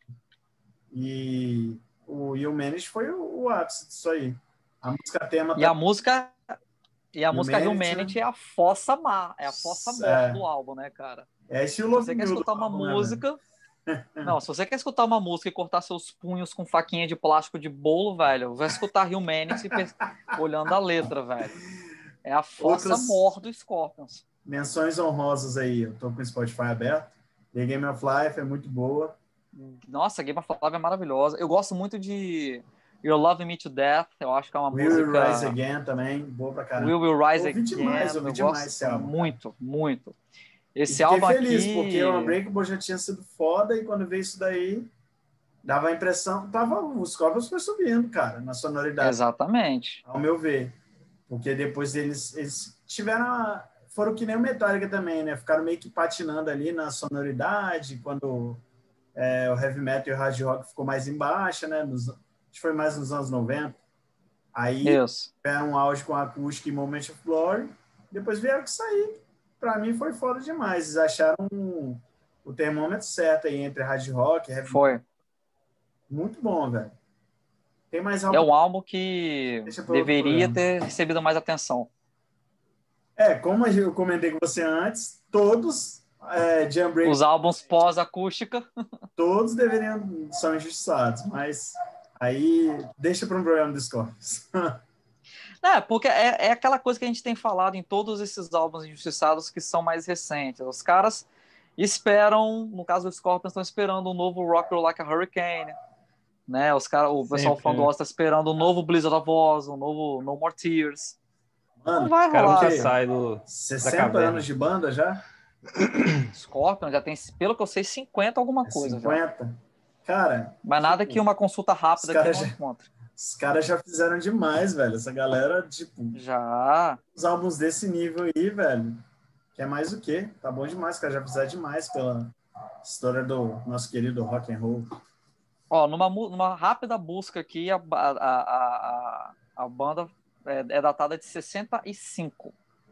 Speaker 2: E o You Manage foi o, o ápice disso aí. A música tema
Speaker 1: E a música e a música
Speaker 2: Humanity,
Speaker 1: Humanity
Speaker 2: né?
Speaker 1: é a fossa má, é a fossa morte do álbum, né, cara?
Speaker 2: É
Speaker 1: Se
Speaker 2: estilo
Speaker 1: você quer
Speaker 2: vinil do
Speaker 1: escutar uma
Speaker 2: álbum, né,
Speaker 1: música, não, se você quer escutar uma música e cortar seus punhos com faquinha de plástico de bolo, velho, vai escutar Humanity olhando a letra, velho. É a fossa
Speaker 2: Outras
Speaker 1: morte do Scorpions.
Speaker 2: menções honrosas aí. Eu tô com o Spotify aberto. The Game of Life é muito boa.
Speaker 1: Nossa, Game of Love é maravilhosa. Eu gosto muito de You're Loving Me to Death. Eu acho que é uma
Speaker 2: Will Will
Speaker 1: música.
Speaker 2: Rise Again também, boa pra caramba.
Speaker 1: Will Will Rise
Speaker 2: Eu ouvi
Speaker 1: Again.
Speaker 2: demais, eu ouvi
Speaker 1: eu
Speaker 2: demais
Speaker 1: gosto
Speaker 2: esse álbum, cara.
Speaker 1: muito, muito.
Speaker 2: E
Speaker 1: Esse
Speaker 2: fiquei
Speaker 1: álbum
Speaker 2: feliz,
Speaker 1: aqui.
Speaker 2: porque o Unbreakable já tinha sido foda e quando veio isso daí, dava a impressão... Tava, os Scorpions foi subindo, cara, na sonoridade.
Speaker 1: Exatamente.
Speaker 2: Ao meu ver. Porque depois eles, eles tiveram... A, foram que nem o Metallica também, né? Ficaram meio que patinando ali na sonoridade, quando é, o heavy metal e o hard rock ficou mais embaixo, né? Nos, acho que foi mais nos anos noventa. Aí
Speaker 1: Isso.
Speaker 2: tiveram um auge com acústica e Moment of Glory. Depois vieram que sair. Pra mim foi foda demais. Eles acharam um, o termômetro certo aí entre hard rock e heavy
Speaker 1: Foi.
Speaker 2: metal. Muito bom, velho. Tem mais
Speaker 1: É
Speaker 2: algo?
Speaker 1: um álbum que
Speaker 2: Deixa pra outro
Speaker 1: deveria
Speaker 2: programa.
Speaker 1: ter recebido mais atenção.
Speaker 2: É, como eu comentei com você antes, todos é, de Unbreakable,
Speaker 1: Os álbuns pós-acústica.
Speaker 2: todos deveriam são injustiçados, mas aí deixa para um programa do Scorpions.
Speaker 1: É, porque é, é aquela coisa que a gente tem falado em todos esses álbuns injustiçados que são mais recentes. Os caras esperam, no caso do Scorpions, estão esperando um novo Rock Like a Hurricane, né? Os cara, o pessoal
Speaker 3: Sempre,
Speaker 1: fã do
Speaker 3: né?
Speaker 1: Oz está esperando um novo Blizzard of Oz, um novo No More Tears.
Speaker 2: Mano,
Speaker 1: Não vai
Speaker 3: O cara
Speaker 1: rolar.
Speaker 3: nunca
Speaker 2: que-
Speaker 3: sai do, da
Speaker 2: sessenta
Speaker 3: caverna.
Speaker 2: anos de banda já?
Speaker 1: Scorpions já tem, pelo que eu sei, cinquenta alguma
Speaker 2: É
Speaker 1: coisa já.
Speaker 2: cinquenta? Cara,
Speaker 1: Mas nada
Speaker 2: tipo,
Speaker 1: que uma consulta rápida
Speaker 2: os
Speaker 1: aqui
Speaker 2: caras
Speaker 1: não
Speaker 2: já-
Speaker 1: encontre.
Speaker 2: os caras já fizeram demais, velho. Essa galera, tipo,
Speaker 1: Já.
Speaker 2: os álbuns desse nível aí, velho, quer mais o quê? Tá bom demais, os caras já fizeram demais pela história do nosso querido rock and roll.
Speaker 1: Ó, numa, mu- numa rápida busca aqui, a, ba- a, a, a, a banda é, é datada de sessenta e cinco.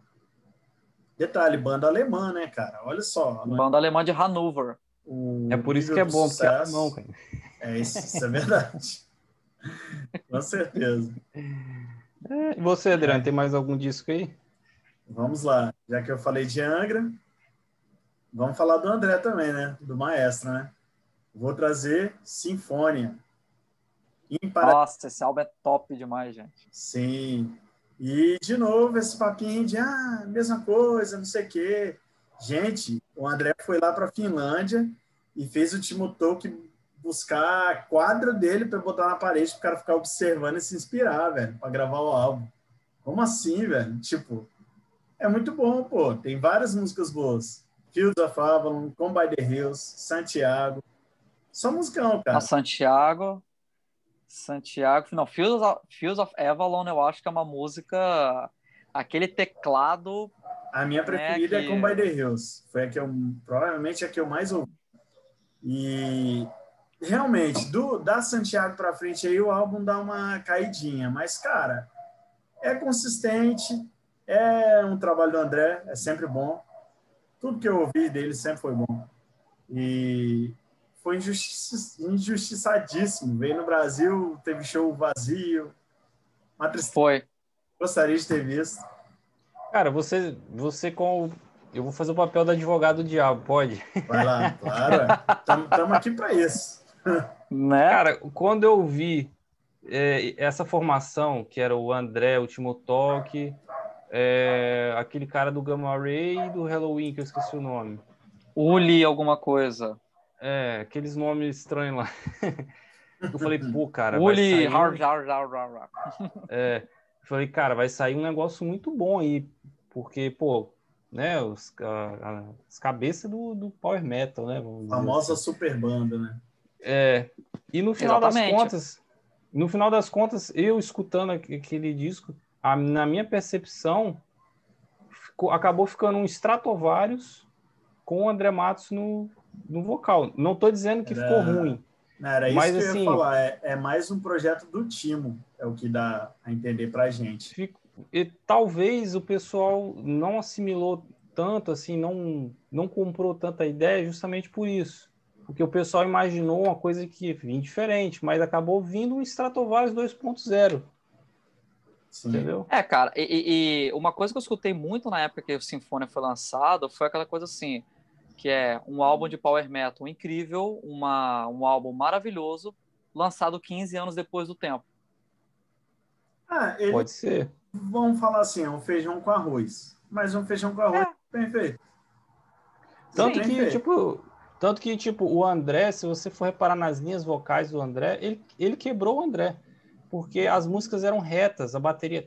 Speaker 2: Detalhe, banda alemã, né, cara? Olha só.
Speaker 1: Banda alemã de Hannover.
Speaker 2: O
Speaker 3: É por isso
Speaker 2: nível
Speaker 3: que é
Speaker 2: do
Speaker 3: bom, porque é
Speaker 2: sucesso.
Speaker 3: alemão, cara.
Speaker 2: É isso, isso é verdade. Com certeza.
Speaker 3: É, e você, Adriano, tem mais algum disco aí?
Speaker 2: Vamos lá. Já que eu falei de Angra, vamos falar do André também, né? Do maestro, né? Vou trazer Sinfonia. Impara...
Speaker 1: Nossa, esse álbum é top demais, gente.
Speaker 2: Sim. E, de novo, esse papinho de, ah, mesma coisa, não sei o quê. Gente, o André foi lá para a Finlândia e fez o Timo Tolkki buscar quadro dele para botar na parede para o cara ficar observando e se inspirar, velho, para gravar o álbum. Como assim, velho? Tipo, é muito bom, pô. Tem várias músicas boas. Fields of Avalon, Come by the Hills, Santiago. Só musicão, cara.
Speaker 1: A Santiago. Santiago. Não, Fields of, Fields of Avalon eu acho que é uma música aquele teclado...
Speaker 2: A minha preferida
Speaker 1: né, que...
Speaker 2: é Come by the Hills. Foi a que eu, provavelmente a que eu mais ouvi. E realmente, do, da Santiago para frente aí o álbum dá uma caidinha, mas cara, é consistente, é um trabalho do André, é sempre bom. Tudo que eu ouvi dele sempre foi bom. E foi injusti injustiçadíssimo. Veio no Brasil, teve show vazio. Uma tristeza.
Speaker 1: Foi.
Speaker 2: Gostaria de ter visto.
Speaker 3: Cara, você, você com... Eu vou fazer o papel do advogado do diabo, pode?
Speaker 2: Vai lá, claro. Estamos aqui para isso.
Speaker 1: Né?
Speaker 3: Cara, quando eu vi é, essa formação, que era o André, o Timotok, é, aquele cara do Gamma Ray e do Halloween, que eu esqueci o nome.
Speaker 1: Uli alguma coisa.
Speaker 3: É, aqueles nomes estranhos lá. Eu falei, pô, cara,
Speaker 1: Uli,
Speaker 3: vai sair...
Speaker 1: har, har, har, har, har.
Speaker 3: É, eu falei, cara, vai sair um negócio muito bom aí, porque, pô, né, os, a, a, as cabeças do, do Power Metal, né? Vamos dizer
Speaker 2: Famosa
Speaker 3: assim.
Speaker 2: super banda, né?
Speaker 3: É, e no final
Speaker 1: Exatamente.
Speaker 3: das contas, no final das contas, eu escutando aquele disco, a, na minha percepção, ficou, acabou ficando um Stratovarius com o André Matos no, no vocal. Não tô dizendo que
Speaker 2: Era...
Speaker 3: ficou ruim.
Speaker 2: Não, era isso
Speaker 3: mas,
Speaker 2: que
Speaker 3: assim,
Speaker 2: eu ia falar. É, é mais um projeto do Timo, é o que dá a entender pra gente.
Speaker 3: Fico, e talvez o pessoal não assimilou tanto, assim, não, não comprou tanta ideia justamente por isso. Porque o pessoal imaginou uma coisa que vinha diferente, mas acabou vindo um Stratovarius dois ponto zero.
Speaker 2: Sim.
Speaker 3: Entendeu?
Speaker 1: É, cara, e, e uma coisa que eu escutei muito na época que o Sinfonia foi lançado foi aquela coisa assim, que é um álbum de power metal incrível, uma, um álbum maravilhoso, lançado quinze anos depois do tempo.
Speaker 2: Ah, ele,
Speaker 3: Pode ser.
Speaker 2: vamos falar assim, é um feijão com arroz. Mas um feijão com arroz
Speaker 1: É.
Speaker 2: bem feito.
Speaker 3: Tanto
Speaker 2: Bem
Speaker 3: que,
Speaker 2: feito.
Speaker 3: tipo, tanto que, tipo, o André, se você for reparar nas linhas vocais do André, ele, ele quebrou o André. Porque as músicas eram retas, a bateria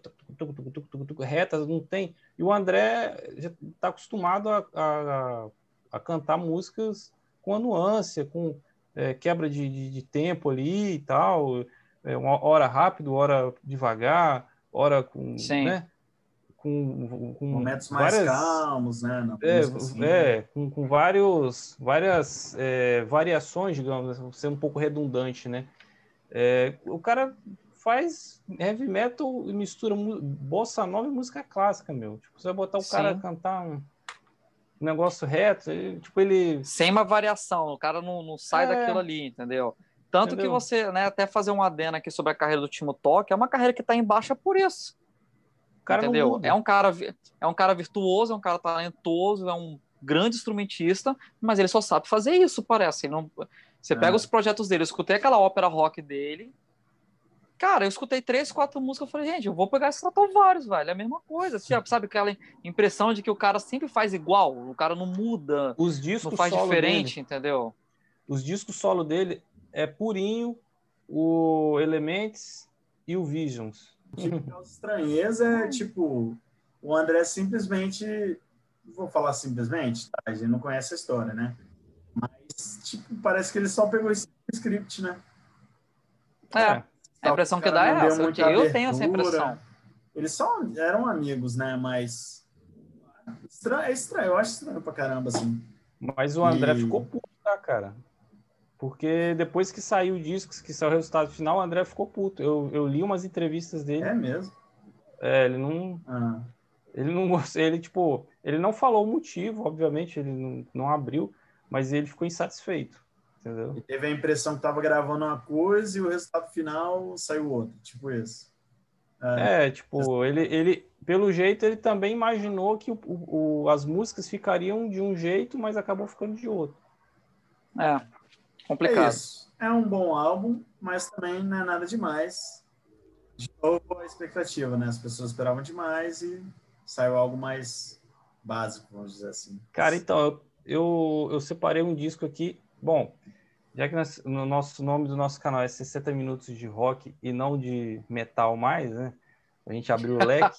Speaker 3: retas, não tem. E o André já está acostumado a, a, a cantar músicas com a nuance, com é, quebra de, de, de tempo ali e tal, é, uma hora rápido, hora devagar, hora com,
Speaker 1: Sim.
Speaker 3: né? Com, com
Speaker 2: Momentos mais
Speaker 3: várias,
Speaker 2: calmos, né? Na
Speaker 3: é,
Speaker 2: música, assim.
Speaker 3: é, com, com vários, várias é, variações, digamos, sendo um pouco redundante, né? É, o cara faz heavy metal e mistura bossa nova e música clássica, meu. Tipo, você vai botar o
Speaker 1: Sim.
Speaker 3: cara a cantar um negócio reto, ele, tipo, ele...
Speaker 1: Sem uma variação, o cara não, não sai
Speaker 3: É,
Speaker 1: daquilo ali, entendeu? Tanto
Speaker 3: entendeu?
Speaker 1: que você, né, até fazer um adendo aqui sobre a carreira do Timo Tok, é uma carreira que está em baixa por isso.
Speaker 3: O cara
Speaker 1: entendeu?
Speaker 3: não muda.
Speaker 1: É um cara, é um cara virtuoso, é um cara talentoso, é um grande instrumentista, mas ele só sabe fazer isso, parece. Ele não... Você
Speaker 2: É.
Speaker 1: pega os projetos dele, eu escutei aquela ópera rock dele, cara, eu escutei três, quatro músicas, eu falei, gente, eu vou pegar esse Stratovarius, velho, é a mesma coisa, sabe aquela impressão de que o cara sempre faz igual, o cara não muda,
Speaker 3: Os discos
Speaker 1: não faz
Speaker 3: solo
Speaker 1: diferente,
Speaker 3: dele,
Speaker 1: entendeu?
Speaker 3: Os discos solo dele é purinho, o Elements e o Visions.
Speaker 2: Tipo, a estranheza é, tipo, o André simplesmente, vou falar simplesmente, tá? A gente não conhece a história, né? Mas, tipo, parece que ele só pegou esse script, né?
Speaker 1: É,
Speaker 3: É.
Speaker 1: a impressão
Speaker 2: O
Speaker 1: que
Speaker 2: cara
Speaker 1: dá
Speaker 2: não
Speaker 1: é
Speaker 2: deu
Speaker 1: essa,
Speaker 2: muita
Speaker 1: eu
Speaker 2: abertura.
Speaker 1: tenho essa impressão.
Speaker 2: Eles só eram amigos, né? Mas estranho, é estranho, eu acho estranho pra caramba, assim.
Speaker 3: Mas o André
Speaker 2: E-
Speaker 3: ficou puto, tá, cara? Porque depois que saiu o disco, que saiu o resultado final, o André ficou puto. Eu, eu li umas entrevistas dele.
Speaker 2: É mesmo?
Speaker 3: É, ele não...
Speaker 2: Ah,
Speaker 3: Ele não gostou, ele, tipo... Ele não falou o motivo, obviamente, ele não, não abriu, mas ele ficou insatisfeito, entendeu?
Speaker 2: e teve a impressão que tava gravando uma coisa e o resultado final saiu outra, tipo isso.
Speaker 3: É, tipo, ele, ele, pelo jeito, ele também imaginou que o, o, as músicas ficariam de um jeito, mas acabou ficando de outro.
Speaker 1: É,
Speaker 2: É
Speaker 1: complicado.
Speaker 2: isso. É um bom álbum, mas também não é nada demais. De novo, a expectativa, né? As pessoas esperavam demais e saiu algo mais básico, vamos dizer assim.
Speaker 3: Cara, então, eu, eu, eu separei um disco aqui. Bom, já que nós, no nosso nome do nosso canal é sessenta minutos de rock e não de metal mais, né? A gente abriu o leque.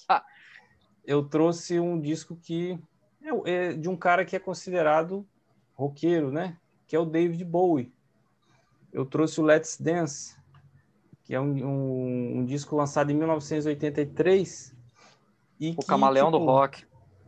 Speaker 3: Eu trouxe um disco que é, é de um cara que é considerado roqueiro, né? Que é o David Bowie. Eu trouxe o Let's Dance, que é um, um, um disco lançado em mil novecentos e oitenta e três. E
Speaker 1: O
Speaker 3: que,
Speaker 1: camaleão
Speaker 3: tipo,
Speaker 1: do rock.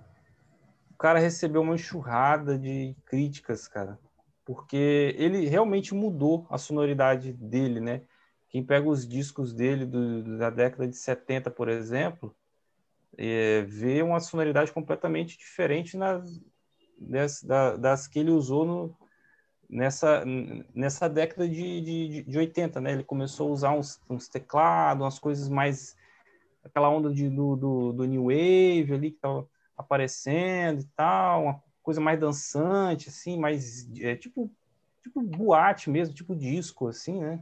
Speaker 3: O cara recebeu uma enxurrada de críticas, cara. Porque ele realmente mudou a sonoridade dele, né? Quem pega os discos dele do, da década de setenta, por exemplo, é, vê uma sonoridade completamente diferente nas, das, das que ele usou no, nessa, nessa década de, de, de oitenta, né? Ele começou a usar uns, uns teclados, umas coisas mais... aquela onda de, do, do, do New Wave ali, que estava aparecendo e tal, uma coisa mais dançante, assim, mais... É, tipo, tipo boate mesmo, tipo disco, assim, né?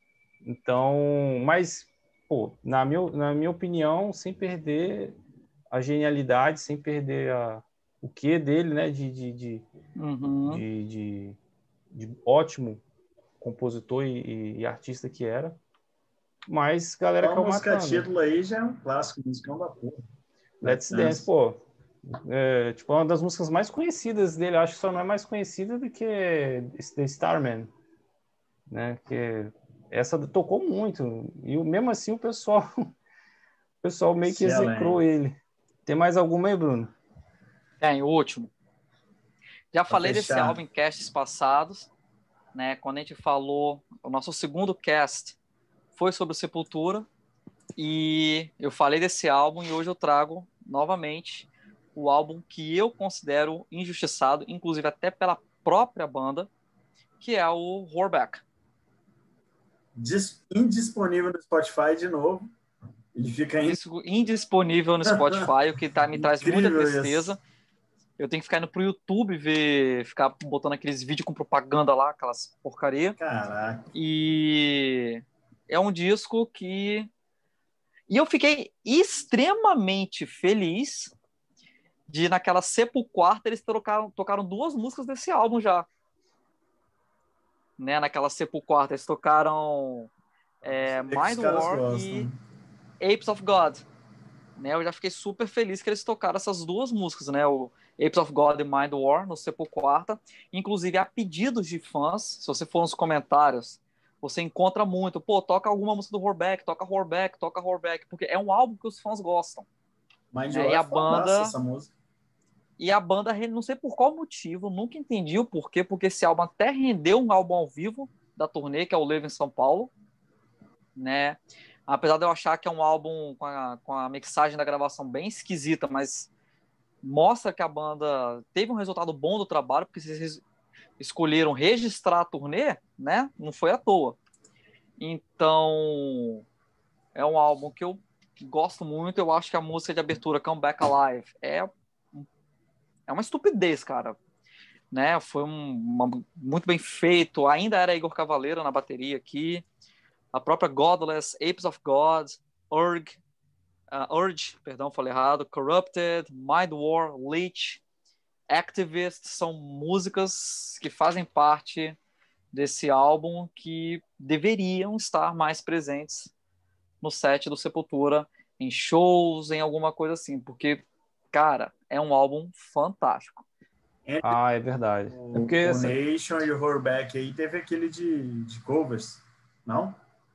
Speaker 3: Então, mas, pô, na minha, na minha opinião, sem perder a genialidade, sem perder a, o quê dele, né? De, de, de,
Speaker 1: Uhum.
Speaker 3: de, de, de ótimo compositor e, e artista que era. Mas a galera
Speaker 2: Então, a
Speaker 3: caiu
Speaker 2: música
Speaker 3: matando.
Speaker 2: título aí já é um clássico, musicão da porra.
Speaker 3: Let's Dance, pô. É, tipo, uma das músicas mais conhecidas dele, acho que só não é mais conhecida do que The Starman, né? Que essa tocou muito. E mesmo assim o pessoal, o pessoal meio que execrou ele. Tem mais alguma aí, Bruno?
Speaker 1: Tem, o último. Já
Speaker 2: Pra
Speaker 1: falei desse
Speaker 2: fechar.
Speaker 1: álbum em casts passados, né? Quando a gente falou, o nosso segundo cast foi sobre o Sepultura, e eu falei desse álbum e hoje eu trago novamente o álbum que eu considero injustiçado, inclusive até pela própria banda, que é o Horback.
Speaker 2: Dis- indisponível no Spotify de novo. Ele fica in...
Speaker 1: Disco indisponível no Spotify, o que tá, me traz muita tristeza.
Speaker 2: Isso.
Speaker 1: Eu tenho que ficar indo pro YouTube ver, ficar botando aqueles vídeos com propaganda lá, aquelas porcaria.
Speaker 2: Caraca.
Speaker 1: E é um disco que... E eu fiquei extremamente feliz de, naquela Sepulquarta, eles tocaram, tocaram duas músicas desse álbum já. Né? Naquela Sepulquarta, eles tocaram é, Mind War e Apes of God. Né? Eu já fiquei super feliz que eles tocaram essas duas músicas, né? O Apes of God e Mind War no Sepulquarta. Inclusive, há pedidos de fãs, se você for nos comentários, você encontra muito, pô, toca alguma música do Horback, toca Horback, toca Horback, porque é um álbum que os fãs gostam.
Speaker 2: Mind
Speaker 1: né?
Speaker 2: War
Speaker 1: E a
Speaker 2: é
Speaker 1: banda
Speaker 2: essa música.
Speaker 1: E a banda, não sei por qual motivo, nunca entendi o porquê, porque esse álbum até rendeu um álbum ao vivo da turnê, que é o Live em São Paulo, né? Apesar de eu achar que é um álbum com a, com a mixagem da gravação bem esquisita, mas mostra que a banda teve um resultado bom do trabalho, porque vocês escolheram registrar a turnê, né? Não foi à toa. Então, é um álbum que eu gosto muito. Eu acho que a música de abertura, Come Back Alive, é, é uma estupidez, cara. Né? Foi um, uma, muito bem feito. Ainda era Igor Cavaleiro na bateria aqui. A própria Godless, Apes of God, Urge, uh, Urge, perdão, falei errado, Corrupted, Mind War, Leech, Activist, são músicas que fazem parte desse álbum que deveriam estar mais presentes no set do Sepultura, em shows, em alguma coisa assim, porque, cara, é um álbum fantástico.
Speaker 3: Ah, é verdade.
Speaker 2: O,
Speaker 3: é porque
Speaker 2: o
Speaker 3: essa...
Speaker 2: Nation e o Horback aí teve aquele de, de covers, não?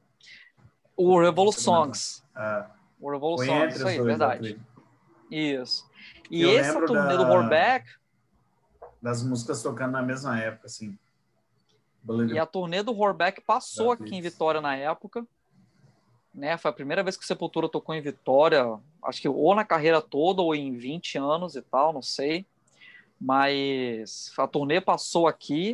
Speaker 1: O Revolutions.
Speaker 2: Ah,
Speaker 1: O Revolutions,
Speaker 2: foi entre
Speaker 1: isso
Speaker 2: os
Speaker 1: aí,
Speaker 2: dois,
Speaker 1: verdade. Isso. E
Speaker 2: eu
Speaker 1: essa
Speaker 2: lembro
Speaker 1: turnê
Speaker 2: da,
Speaker 1: do Horback...
Speaker 2: das músicas tocando na mesma época, assim.
Speaker 1: E a turnê do Horback passou aqui em Vitória na época. Né? Foi a primeira vez que o Sepultura tocou em Vitória, acho que ou na carreira toda, ou em vinte anos e tal, não sei. Mas a turnê passou aqui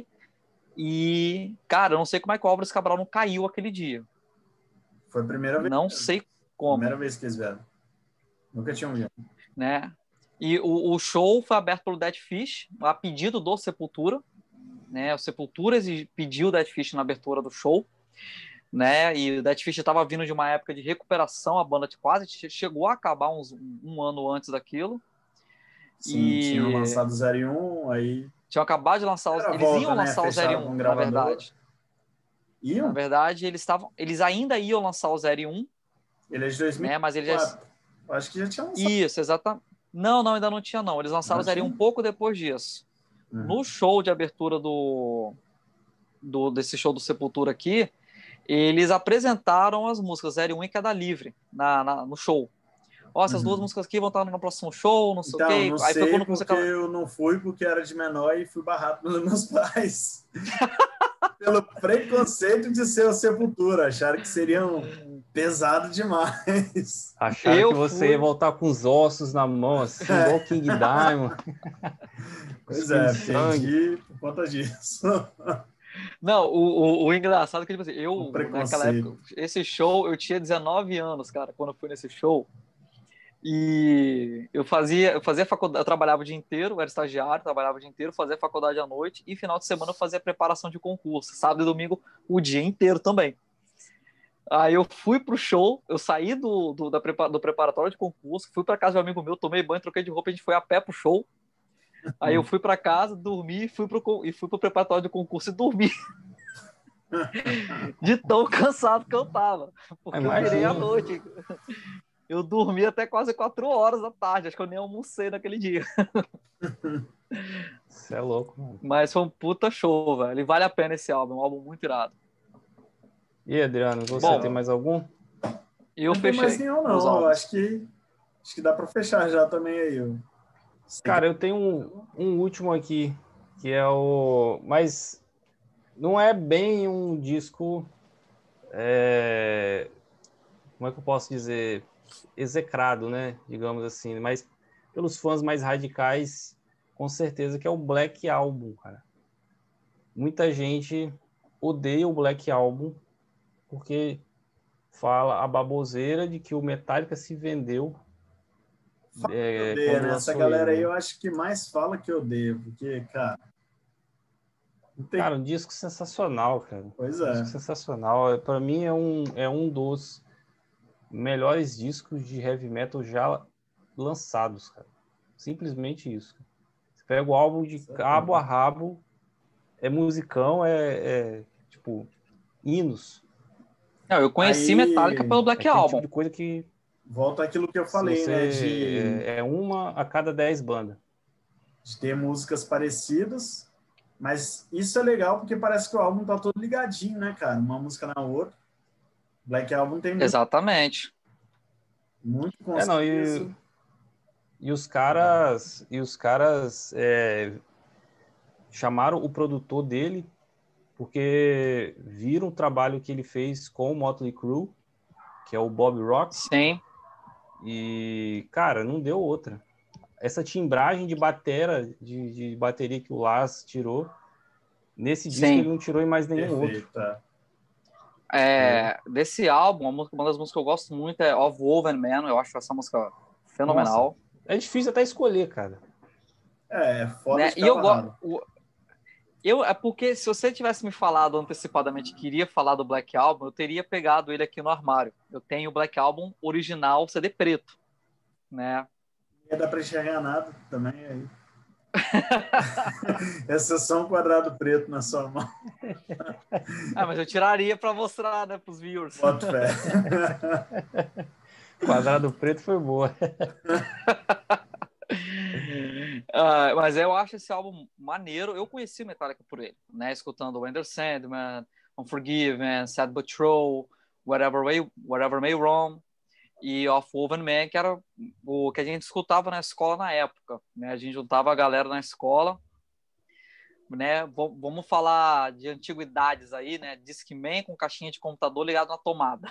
Speaker 1: e, cara, eu não sei como é que o Álvares Cabral não caiu aquele dia.
Speaker 2: Foi a primeira vez.
Speaker 1: Não sei como.
Speaker 2: Primeira vez que eles vieram. Nunca tinham visto.
Speaker 1: Né? E o, o show foi aberto pelo Dead Fish, a pedido do Sepultura. Né? O Sepultura pediu o Dead Fish na abertura do show. Né? E o Dead Fish estava vindo de uma época de recuperação, a banda quase chegou a acabar uns, um, um ano antes daquilo.
Speaker 2: Sim,
Speaker 1: e...
Speaker 2: tinham lançado o zero e um, aí...
Speaker 1: Tinham acabado de lançar os... Eles
Speaker 2: volta,
Speaker 1: iam
Speaker 2: né?
Speaker 1: lançar o zero e um, na verdade.
Speaker 2: Iam?
Speaker 1: Na verdade, eles estavam, eles ainda iam lançar o zero e um.
Speaker 2: Ele é de dois mil e quatro.
Speaker 1: Né? Mas eles já...
Speaker 2: Acho que já tinha lançado.
Speaker 1: Isso, exatamente. Não, não, ainda não tinha, não. Eles lançaram não o zero e um um pouco depois disso. Uhum. No show de abertura do... do desse show do Sepultura aqui, eles apresentaram as músicas zero e um e Queda Livre na, na, no show. Ó, essas
Speaker 2: Uhum.
Speaker 1: duas músicas aqui vão estar no próximo show, não sei
Speaker 2: Então,
Speaker 1: o quê.
Speaker 2: não
Speaker 1: Aí
Speaker 2: sei
Speaker 1: foi quando
Speaker 2: porque
Speaker 1: comecei a...
Speaker 2: eu não fui porque era de menor e fui barrado pelos meus pais. Pelo preconceito de ser o Sepultura. Acharam que seriam pesado demais.
Speaker 3: Acharam
Speaker 1: Eu
Speaker 3: que você ia
Speaker 1: fui...
Speaker 3: voltar com os ossos na mão, assim, igual o King Diamond.
Speaker 2: Pois
Speaker 3: Cuspindo
Speaker 2: é,
Speaker 3: sangue.
Speaker 2: perdi por conta disso.
Speaker 1: Não, o, o, o engraçado é que, tipo assim,
Speaker 2: O
Speaker 1: eu, naquela
Speaker 2: preconceito.
Speaker 1: época, esse show, eu tinha dezenove anos, cara, quando eu fui nesse show. E eu fazia, eu fazia faculdade, eu trabalhava o dia inteiro, eu era estagiário, trabalhava o dia inteiro, fazia faculdade à noite e final de semana eu fazia preparação de concurso, sábado e domingo o dia inteiro também. Aí eu fui pro show, eu saí do, do, da prepa, do preparatório de concurso, fui pra casa de um amigo meu, tomei banho, troquei de roupa, a gente foi a pé pro show. Aí eu fui pra casa, dormi fui pro, e fui pro preparatório de concurso e dormi. De tão cansado que eu tava. Porque eu virei à
Speaker 3: Imagina.
Speaker 1: noite. Eu dormi até quase quatro horas da tarde. Acho que eu nem almocei naquele dia.
Speaker 3: Você é louco, mano.
Speaker 1: Mas foi um puta show, velho. E vale a pena esse álbum. É um álbum muito irado.
Speaker 3: E Adriano, você
Speaker 1: Bom,
Speaker 3: tem mais algum?
Speaker 1: E eu
Speaker 2: Não tem mais
Speaker 1: fechei
Speaker 2: nenhum,
Speaker 1: meus
Speaker 2: não. Eu
Speaker 1: álbuns.
Speaker 2: acho que, acho que dá para fechar já também aí. Eu sei
Speaker 3: Cara, eu tenho um, um último aqui, que é o... Mas não é bem um disco... é, Como é que eu posso dizer? Execrado, né? Digamos assim. Mas pelos fãs mais radicais, com certeza que é o Black Album, cara. Muita gente odeia o Black Album porque fala a baboseira de que o Metallica se vendeu
Speaker 2: Fala que
Speaker 3: é,
Speaker 2: odeia,
Speaker 3: quando
Speaker 2: né? Essa
Speaker 3: lançou
Speaker 2: galera
Speaker 3: ele,
Speaker 2: aí
Speaker 3: né?
Speaker 2: eu acho que mais fala que odeia, porque, cara, não tem.
Speaker 3: Cara, um disco sensacional, cara.
Speaker 2: Pois
Speaker 3: Um disco
Speaker 2: é.
Speaker 3: sensacional. Para mim é um, é um dos melhores discos de heavy metal já lançados, cara. Simplesmente isso. Você pega o álbum de cabo a rabo, é musicão, é, é tipo hinos.
Speaker 1: Não, eu conheci Metallica
Speaker 2: Aí
Speaker 1: pelo
Speaker 3: É
Speaker 1: Black
Speaker 3: aquele
Speaker 1: Album.
Speaker 3: tipo de coisa que
Speaker 2: volta aquilo que eu
Speaker 3: se
Speaker 2: falei, né? De,
Speaker 3: você é, é uma a cada dez bandas.
Speaker 2: de ter músicas parecidas, mas isso é legal porque parece que o álbum tá todo ligadinho, né, cara? Uma música na outra. Black Album tem muito,
Speaker 1: Exatamente.
Speaker 2: muito
Speaker 3: É, não, e,
Speaker 2: conciso.
Speaker 3: e os caras e os caras é, chamaram o produtor dele porque viram o trabalho que ele fez com o Motley Crue, que é o Bob Rock,
Speaker 1: Sim.
Speaker 3: e, cara, não deu outra. Essa timbragem de batera, de, de bateria que o Lars tirou, nesse disco ele
Speaker 1: Sim.
Speaker 3: não tirou em mais nenhum outro.
Speaker 2: Perfeito. Tá?
Speaker 1: É, desse álbum, uma, música, uma das músicas que eu gosto muito é Of Woven Man. Eu acho essa música fenomenal.
Speaker 3: Nossa, é difícil até escolher, cara.
Speaker 2: É, é foda
Speaker 1: Né?
Speaker 2: de
Speaker 1: E eu
Speaker 2: cabo rabo.
Speaker 1: gosto. Eu, é porque se você tivesse me falado antecipadamente que iria falar do Black Album, eu teria pegado ele aqui no armário. Eu tenho o Black Album original C D preto, né?
Speaker 2: Não dá pra enxergar nada também aí. Essa é só um quadrado preto na sua mão.
Speaker 1: Ah, mas eu tiraria para mostrar, né, pros viewers.
Speaker 2: Boto fé.
Speaker 3: Quadrado preto foi boa.
Speaker 1: Uh, mas eu acho esse álbum maneiro. Eu conheci o Metallica por ele, né? Escutando Enter Sandman, Unforgiven, Sad But True, Whatever May, Whatever May Roam e Of Woven Man, que era o que a gente escutava na escola na época, né? A gente juntava a galera na escola, né? V vamos falar de antiguidades aí, né? Discman com caixinha de computador ligado na tomada.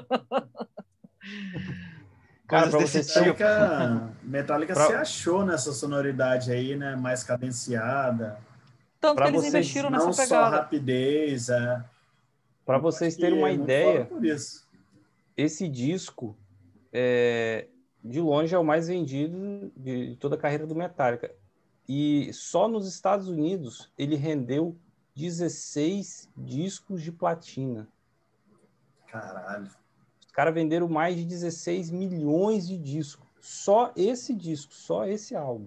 Speaker 3: Cara,
Speaker 1: Coisas
Speaker 3: pra
Speaker 1: desse
Speaker 3: vocês terem-
Speaker 1: tipo.
Speaker 2: Metallica, Metallica
Speaker 3: Pra-
Speaker 2: se achou nessa sonoridade aí, né? Mais cadenciada.
Speaker 1: Tanto
Speaker 3: Pra
Speaker 1: que eles
Speaker 3: vocês-
Speaker 1: investiram
Speaker 2: Não
Speaker 1: nessa
Speaker 2: só
Speaker 1: pegada.
Speaker 2: rapidez, é.
Speaker 3: Para
Speaker 2: Eu
Speaker 3: vocês
Speaker 2: acho que
Speaker 3: terem uma
Speaker 2: é muito foda
Speaker 3: ideia,
Speaker 2: por isso.
Speaker 3: esse disco, é, de longe, é o mais vendido de toda a carreira do Metallica. E só nos Estados Unidos ele rendeu dezesseis discos de platina.
Speaker 2: Caralho.
Speaker 3: Os caras venderam mais de dezesseis milhões de discos. Só esse disco, só esse álbum.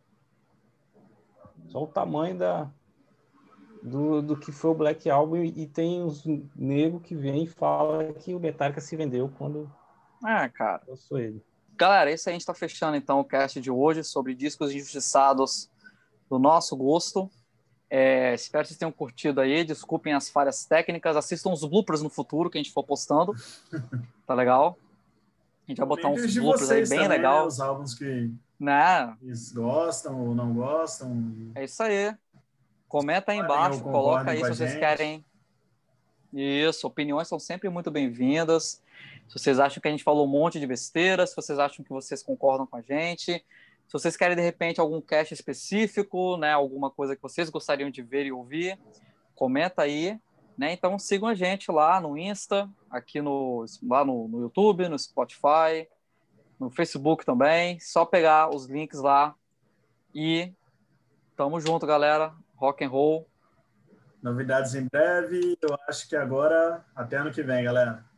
Speaker 3: Só o tamanho da, do, do que foi o Black Album. E tem uns negros que vem e fala que o Metallica se vendeu quando
Speaker 1: Ah, cara.
Speaker 3: lançou ele.
Speaker 1: Galera, esse aí a gente está fechando então o cast de hoje sobre discos injustiçados do nosso gosto. É, espero que vocês tenham curtido aí. Desculpem as falhas técnicas. Assistam os bloopers no futuro que a gente for postando. Tá legal? A gente vai botar uns
Speaker 2: de
Speaker 1: bloopers aí
Speaker 2: vocês
Speaker 1: bem
Speaker 2: também,
Speaker 1: legal.
Speaker 2: Né? Os álbuns que
Speaker 1: Né?
Speaker 2: eles gostam ou não gostam.
Speaker 1: É isso aí. Comenta aí
Speaker 2: Podem
Speaker 1: embaixo,
Speaker 2: ou
Speaker 1: coloca
Speaker 2: concordem
Speaker 1: aí
Speaker 2: com
Speaker 1: se
Speaker 2: a
Speaker 1: vocês
Speaker 2: gente.
Speaker 1: querem. Isso, opiniões são sempre muito bem-vindas. Se vocês acham que a gente falou um monte de besteira, se vocês acham que vocês concordam com a gente, se vocês querem, de repente, algum cast específico, né, alguma coisa que vocês gostariam de ver e ouvir, comenta aí, né? Então sigam a gente lá no Insta, aqui no, lá no, no YouTube, no Spotify, no Facebook também. Só pegar os links lá e tamo junto, galera. Rock and roll.
Speaker 2: Novidades em breve. Eu acho que agora, até ano que vem, galera.